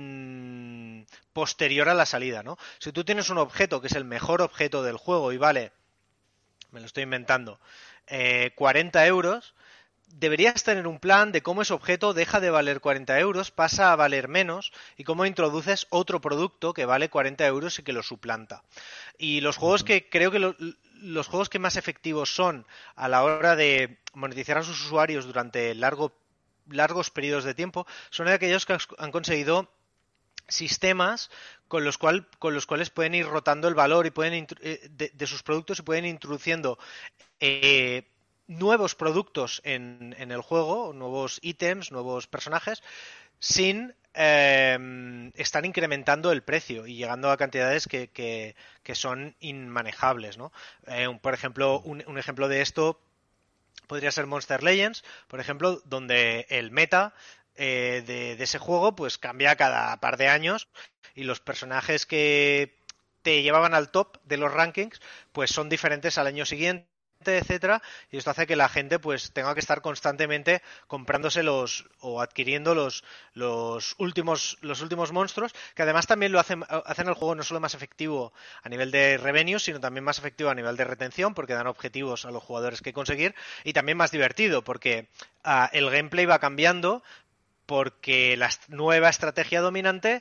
posterior a la salida, ¿no? Si tú tienes un objeto que es el mejor objeto del juego y vale, me lo estoy inventando, 40 euros, deberías tener un plan de cómo ese objeto deja de valer 40 euros, pasa a valer menos y cómo introduces otro producto que vale 40 euros y que lo suplanta. Y los juegos que creo que los juegos que más efectivos son a la hora de monetizar a sus usuarios durante largos periodos de tiempo son aquellos que han conseguido sistemas con los cuales pueden ir rotando el valor y pueden de sus productos y pueden ir introduciendo nuevos productos en el juego, nuevos ítems, nuevos personajes, sin estar incrementando el precio y llegando a cantidades que son inmanejables, ¿no? Por ejemplo, un ejemplo de esto podría ser Monster Legends, por ejemplo, donde el meta de ese juego pues cambia cada par de años y los personajes que te llevaban al top de los rankings pues son diferentes al año siguiente, etcétera, y esto hace que la gente pues tenga que estar constantemente comprándose o adquiriendo los últimos monstruos, que además también lo hacen el juego no solo más efectivo a nivel de revenue, sino también más efectivo a nivel de retención, porque dan objetivos a los jugadores que conseguir, y también más divertido, porque el gameplay va cambiando, porque la nueva estrategia dominante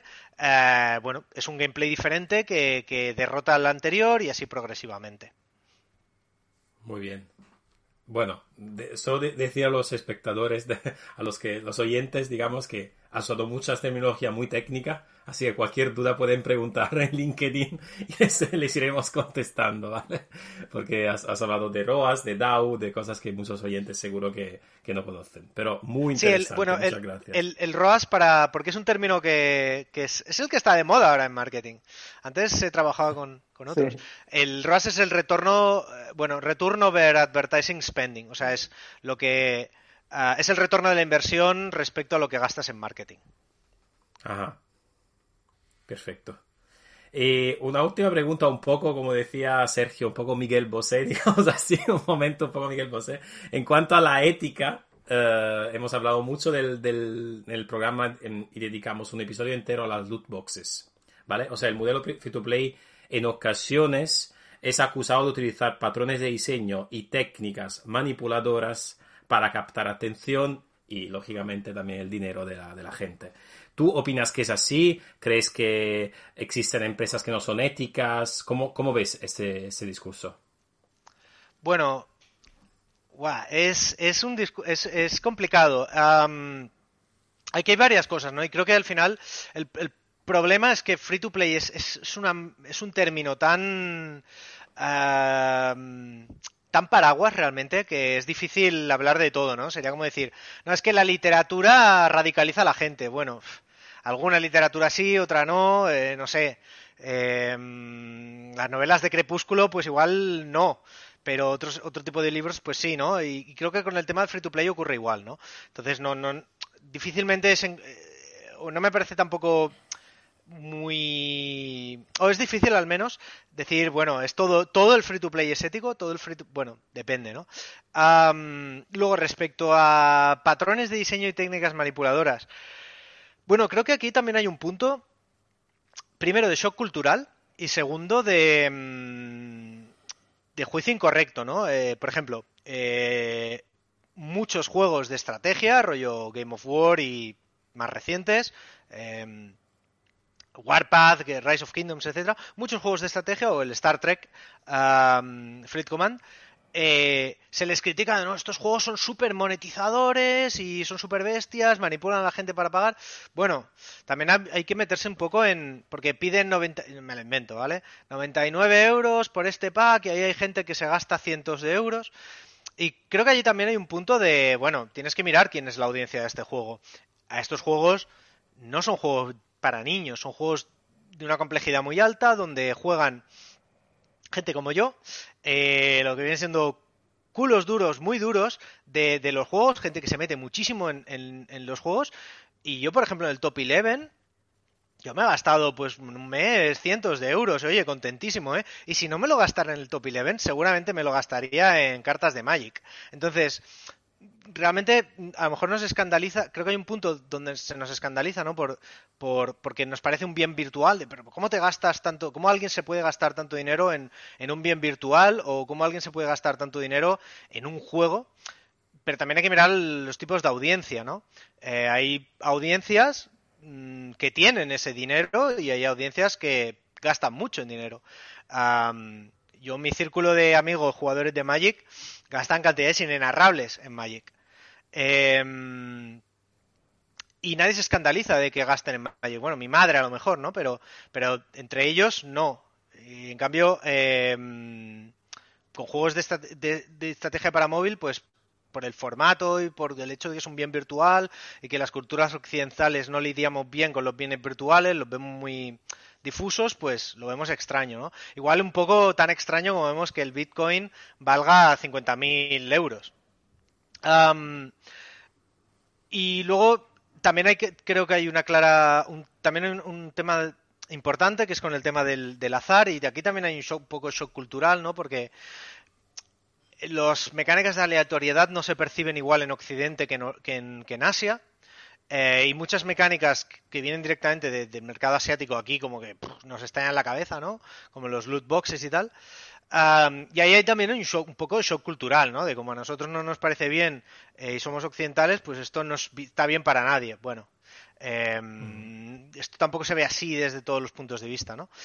es un gameplay diferente que derrota al anterior y así progresivamente. Muy bien. Bueno, solo decir a los espectadores, a los oyentes, digamos, que ha usado mucha terminología muy técnica, así que cualquier duda pueden preguntar en LinkedIn y les iremos contestando, ¿vale? Porque has hablado de ROAS, de DAU, de cosas que muchos oyentes seguro que no conocen. Pero muy interesante, muchas gracias. El ROAS, porque es un término que es el que está de moda ahora en marketing. Antes se trabajaba con otros. Sí. El ROAS es el return over advertising spending, o sea, es lo que es el retorno de la inversión respecto a lo que gastas en marketing. Ajá. Perfecto. Una última pregunta, un poco, como decía Sergio, un poco Miguel Bosé, digamos así, un momento un poco Miguel Bosé. En cuanto a la ética, hemos hablado mucho del programa y dedicamos un episodio entero a las loot boxes, ¿vale? O sea, el modelo free to play en ocasiones es acusado de utilizar patrones de diseño y técnicas manipuladoras para captar atención y, lógicamente, también el dinero de la gente. ¿Tú opinas que es así? ¿Crees que existen empresas que no son éticas? ¿Cómo ves ese discurso? Bueno, es complicado. Aquí hay varias cosas, ¿no? Y creo que al final el problema es que free to play es un término tan paraguas realmente que es difícil hablar de todo, ¿no? Sería como decir, no, es que la literatura radicaliza a la gente. Bueno, alguna literatura sí, otra no, no sé. Las novelas de Crepúsculo, pues igual no. pero otro tipo de libros, pues sí, ¿no? Y creo que con el tema del free to play ocurre igual, ¿no? Entonces, difícilmente o no me parece tampoco o es difícil al menos decir, bueno, es todo el free to play es ético, bueno, depende, ¿no? Luego, respecto a patrones de diseño y técnicas manipuladoras, bueno, creo que aquí también hay un punto, primero de shock cultural y segundo de juicio incorrecto, ¿no? Por ejemplo, muchos juegos de estrategia, rollo Game of War y más recientes, Warpath, Rise of Kingdoms, etcétera, muchos juegos de estrategia o el Star Trek Fleet Command, se les critica, ¿no? Estos juegos son súper monetizadores y son súper bestias, manipulan a la gente para pagar. Bueno, también hay que meterse un poco porque piden me lo invento, ¿vale? 99 euros por este pack y ahí hay gente que se gasta cientos de euros. Y creo que allí también hay un punto de, bueno, tienes que mirar quién es la audiencia de este juego. A estos juegos no son juegos para niños, son juegos de una complejidad muy alta donde juegan gente como yo, lo que viene siendo culos duros, muy duros de los juegos, gente que se mete muchísimo en los juegos. Y yo, por ejemplo, en el Top 11, yo me he gastado pues un mes cientos de euros, oye, contentísimo, ¿eh? Y si no me lo gastara en el Top 11, seguramente me lo gastaría en cartas de Magic. Entonces, realmente a lo mejor nos escandaliza, creo que hay un punto donde se nos escandaliza, ¿no? Porque nos parece un bien virtual, pero ¿cómo te gastas tanto? ¿Cómo alguien se puede gastar tanto dinero en un bien virtual? ¿O cómo alguien se puede gastar tanto dinero en un juego? Pero también hay que mirar los tipos de audiencia, ¿no? Hay audiencias que tienen ese dinero y hay audiencias que gastan mucho en dinero. Yo, mi círculo de amigos jugadores de Magic gastan cantidades inenarrables en Magic. Y nadie se escandaliza de que gasten en Magic. Bueno, mi madre a lo mejor, ¿no? Pero entre ellos no. Y en cambio, con juegos de estrategia para móvil, pues por el formato y por el hecho de que es un bien virtual y que las culturas occidentales no lidiamos bien con los bienes virtuales, los vemos muy difusos, pues lo vemos extraño, ¿no? Igual un poco tan extraño como vemos que el Bitcoin valga 50.000 euros. Y luego también creo que hay también un tema importante que es con el tema del azar, y de aquí también hay un poco de shock cultural, ¿no? Porque las mecánicas de aleatoriedad no se perciben igual en Occidente que en Asia. Y muchas mecánicas que vienen directamente del mercado asiático aquí como que nos estallan en la cabeza, ¿no? Como los loot boxes y tal. Y ahí hay también un poco de shock cultural, ¿no? De como a nosotros no nos parece bien y somos occidentales, pues esto no está bien para nadie. Bueno, esto tampoco se ve así desde todos los puntos de vista, ¿no?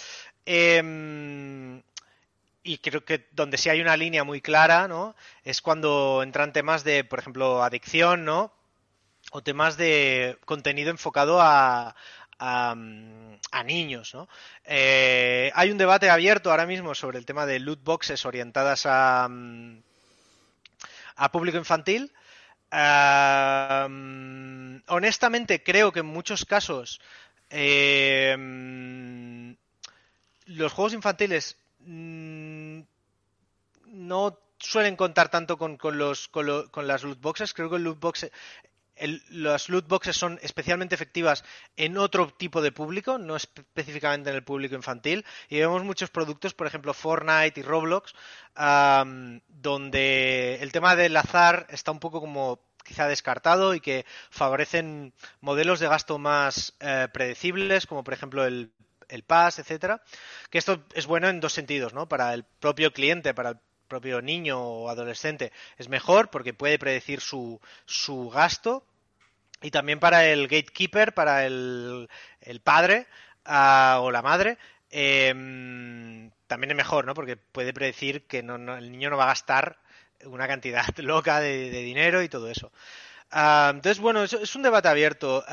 Y creo que donde sí hay una línea muy clara, ¿no? Es cuando entran temas de, por ejemplo, adicción, ¿no? O temas de contenido enfocado a niños, ¿no? Hay un debate abierto ahora mismo sobre el tema de loot boxes orientadas a público infantil. Honestamente, creo que en muchos casos los juegos infantiles no suelen contar tanto con las loot boxes. Creo que las loot boxes son especialmente efectivas en otro tipo de público, no específicamente en el público infantil, y vemos muchos productos, por ejemplo Fortnite y Roblox, donde el tema del azar está un poco como quizá descartado y que favorecen modelos de gasto más predecibles, como por ejemplo el Pass, etcétera, que esto es bueno en dos sentidos, ¿no? Para el propio cliente, para el propio niño o adolescente es mejor porque puede predecir su gasto, y también para el gatekeeper, para el padre o la madre, también es mejor, ¿no? Porque puede predecir que el niño no va a gastar una cantidad loca de dinero y todo eso. Entonces, bueno, es un debate abierto.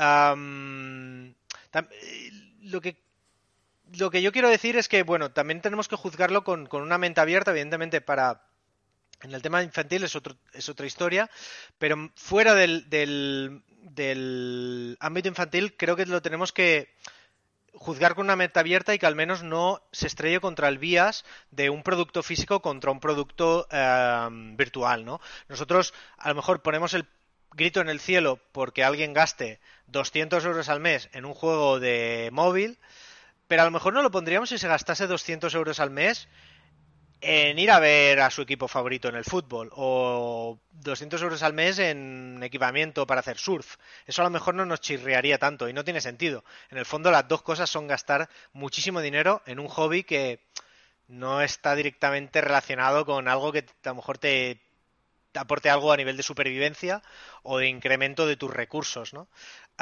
Lo que yo quiero decir es que, bueno, también tenemos que juzgarlo con una mente abierta, evidentemente, en el tema infantil es otra historia, pero fuera del ámbito infantil creo que lo tenemos que juzgar con una mente abierta y que al menos no se estrelle contra el bias de un producto físico contra un producto virtual, ¿no? Nosotros a lo mejor ponemos el grito en el cielo porque alguien gaste 200 euros al mes en un juego de móvil, pero a lo mejor no lo pondríamos si se gastase 200 euros al mes en ir a ver a su equipo favorito en el fútbol o 200 euros al mes en equipamiento para hacer surf. Eso a lo mejor no nos chirriaría tanto y no tiene sentido. En el fondo las dos cosas son gastar muchísimo dinero en un hobby que no está directamente relacionado con algo que a lo mejor te aporte algo a nivel de supervivencia o de incremento de tus recursos, ¿no?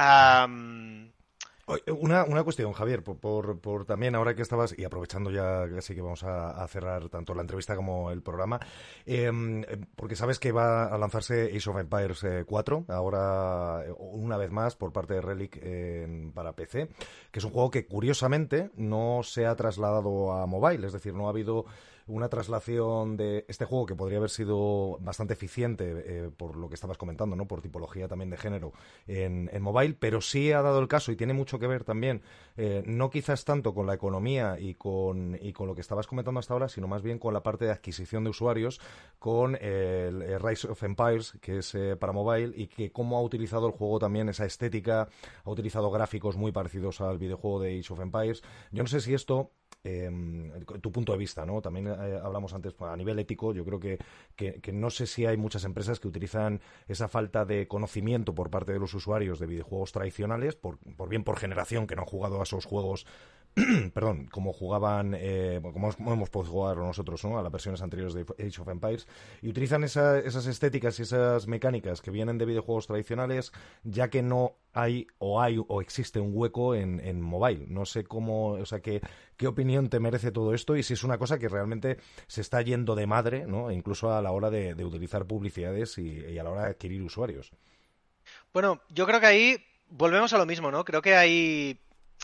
Una cuestión, Javier, por también ahora que estabas, y aprovechando ya casi que vamos a cerrar tanto la entrevista como el programa, porque sabes que va a lanzarse Age of Empires 4, ahora una vez más por parte de Relic para PC, que es un juego que curiosamente no se ha trasladado a mobile, es decir, no ha habido una traslación de este juego que podría haber sido bastante eficiente por lo que estabas comentando, ¿no? Por tipología también de género en mobile, pero sí ha dado el caso y tiene mucho que ver también, no quizás tanto con la economía y con lo que estabas comentando hasta ahora, sino más bien con la parte de adquisición de usuarios, con el Rise of Empires, que es para mobile, y que cómo ha utilizado el juego también esa estética, ha utilizado gráficos muy parecidos al videojuego de Age of Empires. Yo no sé si esto tu punto de vista, ¿no? También hablamos antes a nivel ético, yo creo que no sé si hay muchas empresas que utilizan esa falta de conocimiento por parte de los usuarios de videojuegos tradicionales, por bien por generación que no han jugado a esos juegos perdón, como jugaban, como hemos podido jugar nosotros, ¿no? A las versiones anteriores de Age of Empires, y utilizan esas estéticas y esas mecánicas que vienen de videojuegos tradicionales, ya que no hay o existe un hueco en mobile. No sé cómo, o sea, qué opinión te merece todo esto y si es una cosa que realmente se está yendo de madre, ¿no? Incluso a la hora de utilizar publicidades y a la hora de adquirir usuarios. Bueno, yo creo que ahí volvemos a lo mismo, ¿no? Creo que ahí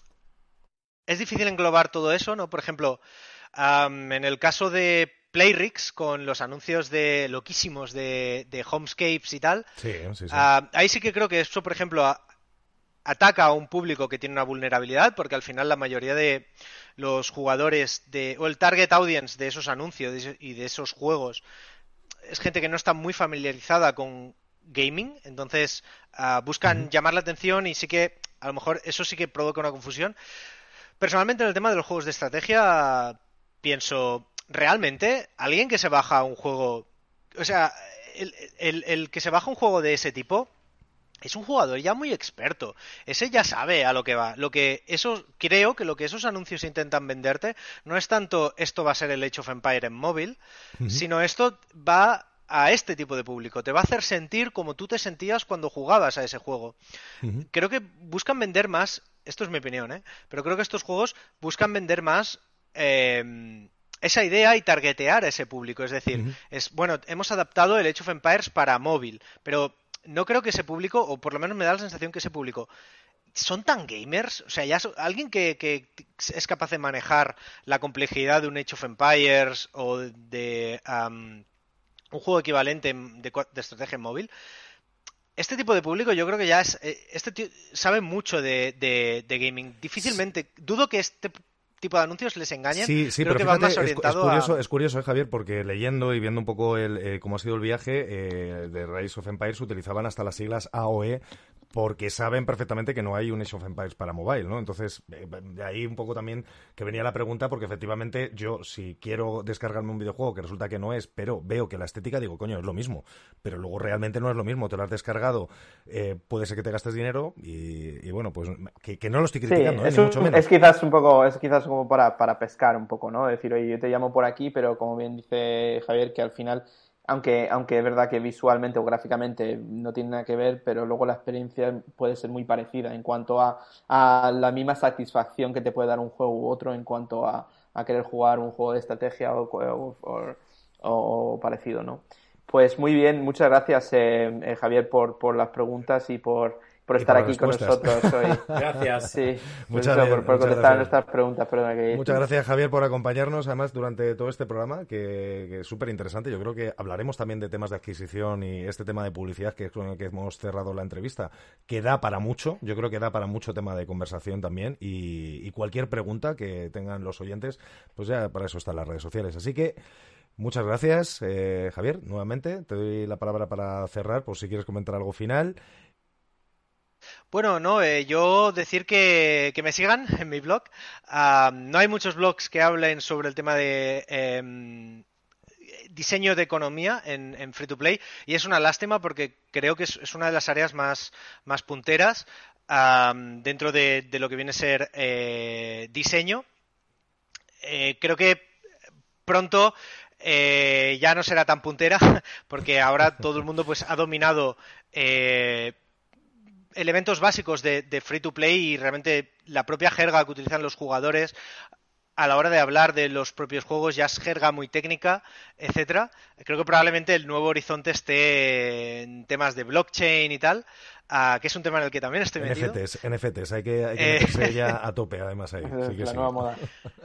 es difícil englobar todo eso, ¿no? Por ejemplo, en el caso de Playrix, con los anuncios de loquísimos de Homescapes y tal, sí, sí, sí. Ahí sí que creo que eso, por ejemplo, ataca a un público que tiene una vulnerabilidad, porque al final la mayoría de los jugadores o el target audience de esos anuncios y de esos juegos es gente que no está muy familiarizada con gaming, entonces buscan llamar la atención y sí que a lo mejor eso sí que provoca una confusión. Personalmente, en el tema de los juegos de estrategia, pienso, ¿realmente alguien que se baja un juego... O sea, el que se baja un juego de ese tipo es un jugador ya muy experto. Ese ya sabe a lo que va. Creo que lo que esos anuncios intentan venderte no es tanto esto va a ser el Age of Empire en móvil, sino esto va a este tipo de público. Te va a hacer sentir como tú te sentías cuando jugabas a ese juego. Creo que buscan vender más, esto es mi opinión, pero creo que estos juegos buscan vender más esa idea y targetear a ese público. Es decir, bueno, hemos adaptado el Age of Empires para móvil, pero no creo que ese público, o por lo menos me da la sensación que ese público, son tan gamers, o sea, alguien que es capaz de manejar la complejidad de un Age of Empires o de un juego equivalente de estrategia en móvil. Este tipo de público yo creo que ya sabe mucho de gaming. Difícilmente, dudo que este tipo de anuncios les engañen. Sí, creo pero que fíjate, van más orientado es curioso, Javier, porque leyendo y viendo un poco cómo ha sido el viaje de Rise of Empires, utilizaban hasta las siglas AOE porque saben perfectamente que no hay un Age of Empires para mobile, ¿no? Entonces, de ahí un poco también que venía la pregunta, porque efectivamente yo, si quiero descargarme un videojuego que resulta que no es, pero veo que la estética, digo, coño, es lo mismo, pero luego realmente no es lo mismo, te lo has descargado, puede ser que te gastes dinero y bueno, pues que no lo estoy criticando, sí, ni mucho menos. Es quizás como para pescar un poco, ¿no? Decir, oye, yo te llamo por aquí, pero como bien dice Javier, que al final... Aunque es verdad que visualmente o gráficamente no tiene nada que ver, pero luego la experiencia puede ser muy parecida en cuanto a la misma satisfacción que te puede dar un juego u otro en cuanto a querer jugar un juego de estrategia o parecido, ¿no? Pues muy bien, muchas gracias Javier por las preguntas y por por Y estar por aquí las con respuestas. nosotros hoy. Gracias. Sí, Muchas por gracias, contestar gracias. nuestras preguntas. Perdona, que... Muchas gracias, Javier, por acompañarnos, además, durante todo este programa, que es súper interesante. Yo creo que hablaremos también de temas de adquisición y este tema de publicidad, que es con el que hemos cerrado la entrevista, que da para mucho. Yo creo que da para mucho tema de conversación también. Y cualquier pregunta que tengan los oyentes, pues ya para eso están las redes sociales. Así que muchas gracias, Javier, nuevamente. Te doy la palabra para cerrar, por si quieres comentar algo final. Bueno, no, yo decir que me sigan en mi blog. No hay muchos blogs que hablen sobre el tema de diseño de economía en free to play y es una lástima porque creo que es una de las áreas más punteras dentro de lo que viene a ser diseño. Creo que pronto ya no será tan puntera porque ahora todo el mundo pues ha dominado elementos básicos de free to play y realmente la propia jerga que utilizan los jugadores a la hora de hablar de los propios juegos ya es jerga muy técnica, etcétera. Creo que probablemente el nuevo horizonte esté en temas de blockchain y tal, que es un tema en el que también estoy metido. NFTs, hay que meterse ya a tope, además ahí. Sí que la sí. nueva moda.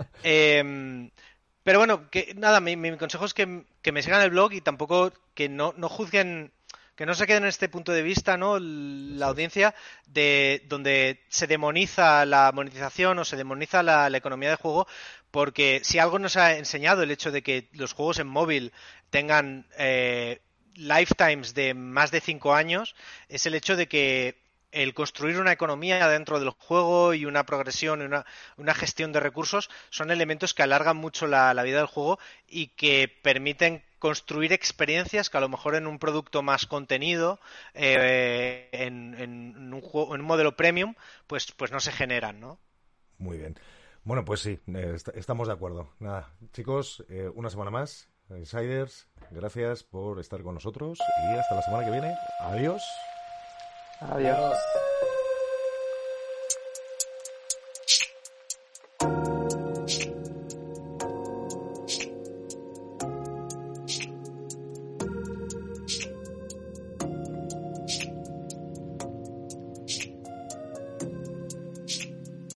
Pero bueno, que nada, mi consejo es que me sigan el blog y tampoco que no juzguen, que no se queden en este punto de vista, ¿no? La audiencia de donde se demoniza la monetización o se demoniza la economía de juego, porque si algo nos ha enseñado el hecho de que los juegos en móvil tengan lifetimes de más de 5 años, es el hecho de que el construir una economía dentro del juego y una progresión y una gestión de recursos son elementos que alargan mucho la vida del juego y que permiten construir experiencias que a lo mejor en un producto más contenido, en un juego, en un modelo premium, pues no se generan, ¿no? Muy bien. Bueno, pues sí, estamos de acuerdo. Nada, chicos, una semana más. Insiders, gracias por estar con nosotros y hasta la semana que viene. Adiós. Adiós.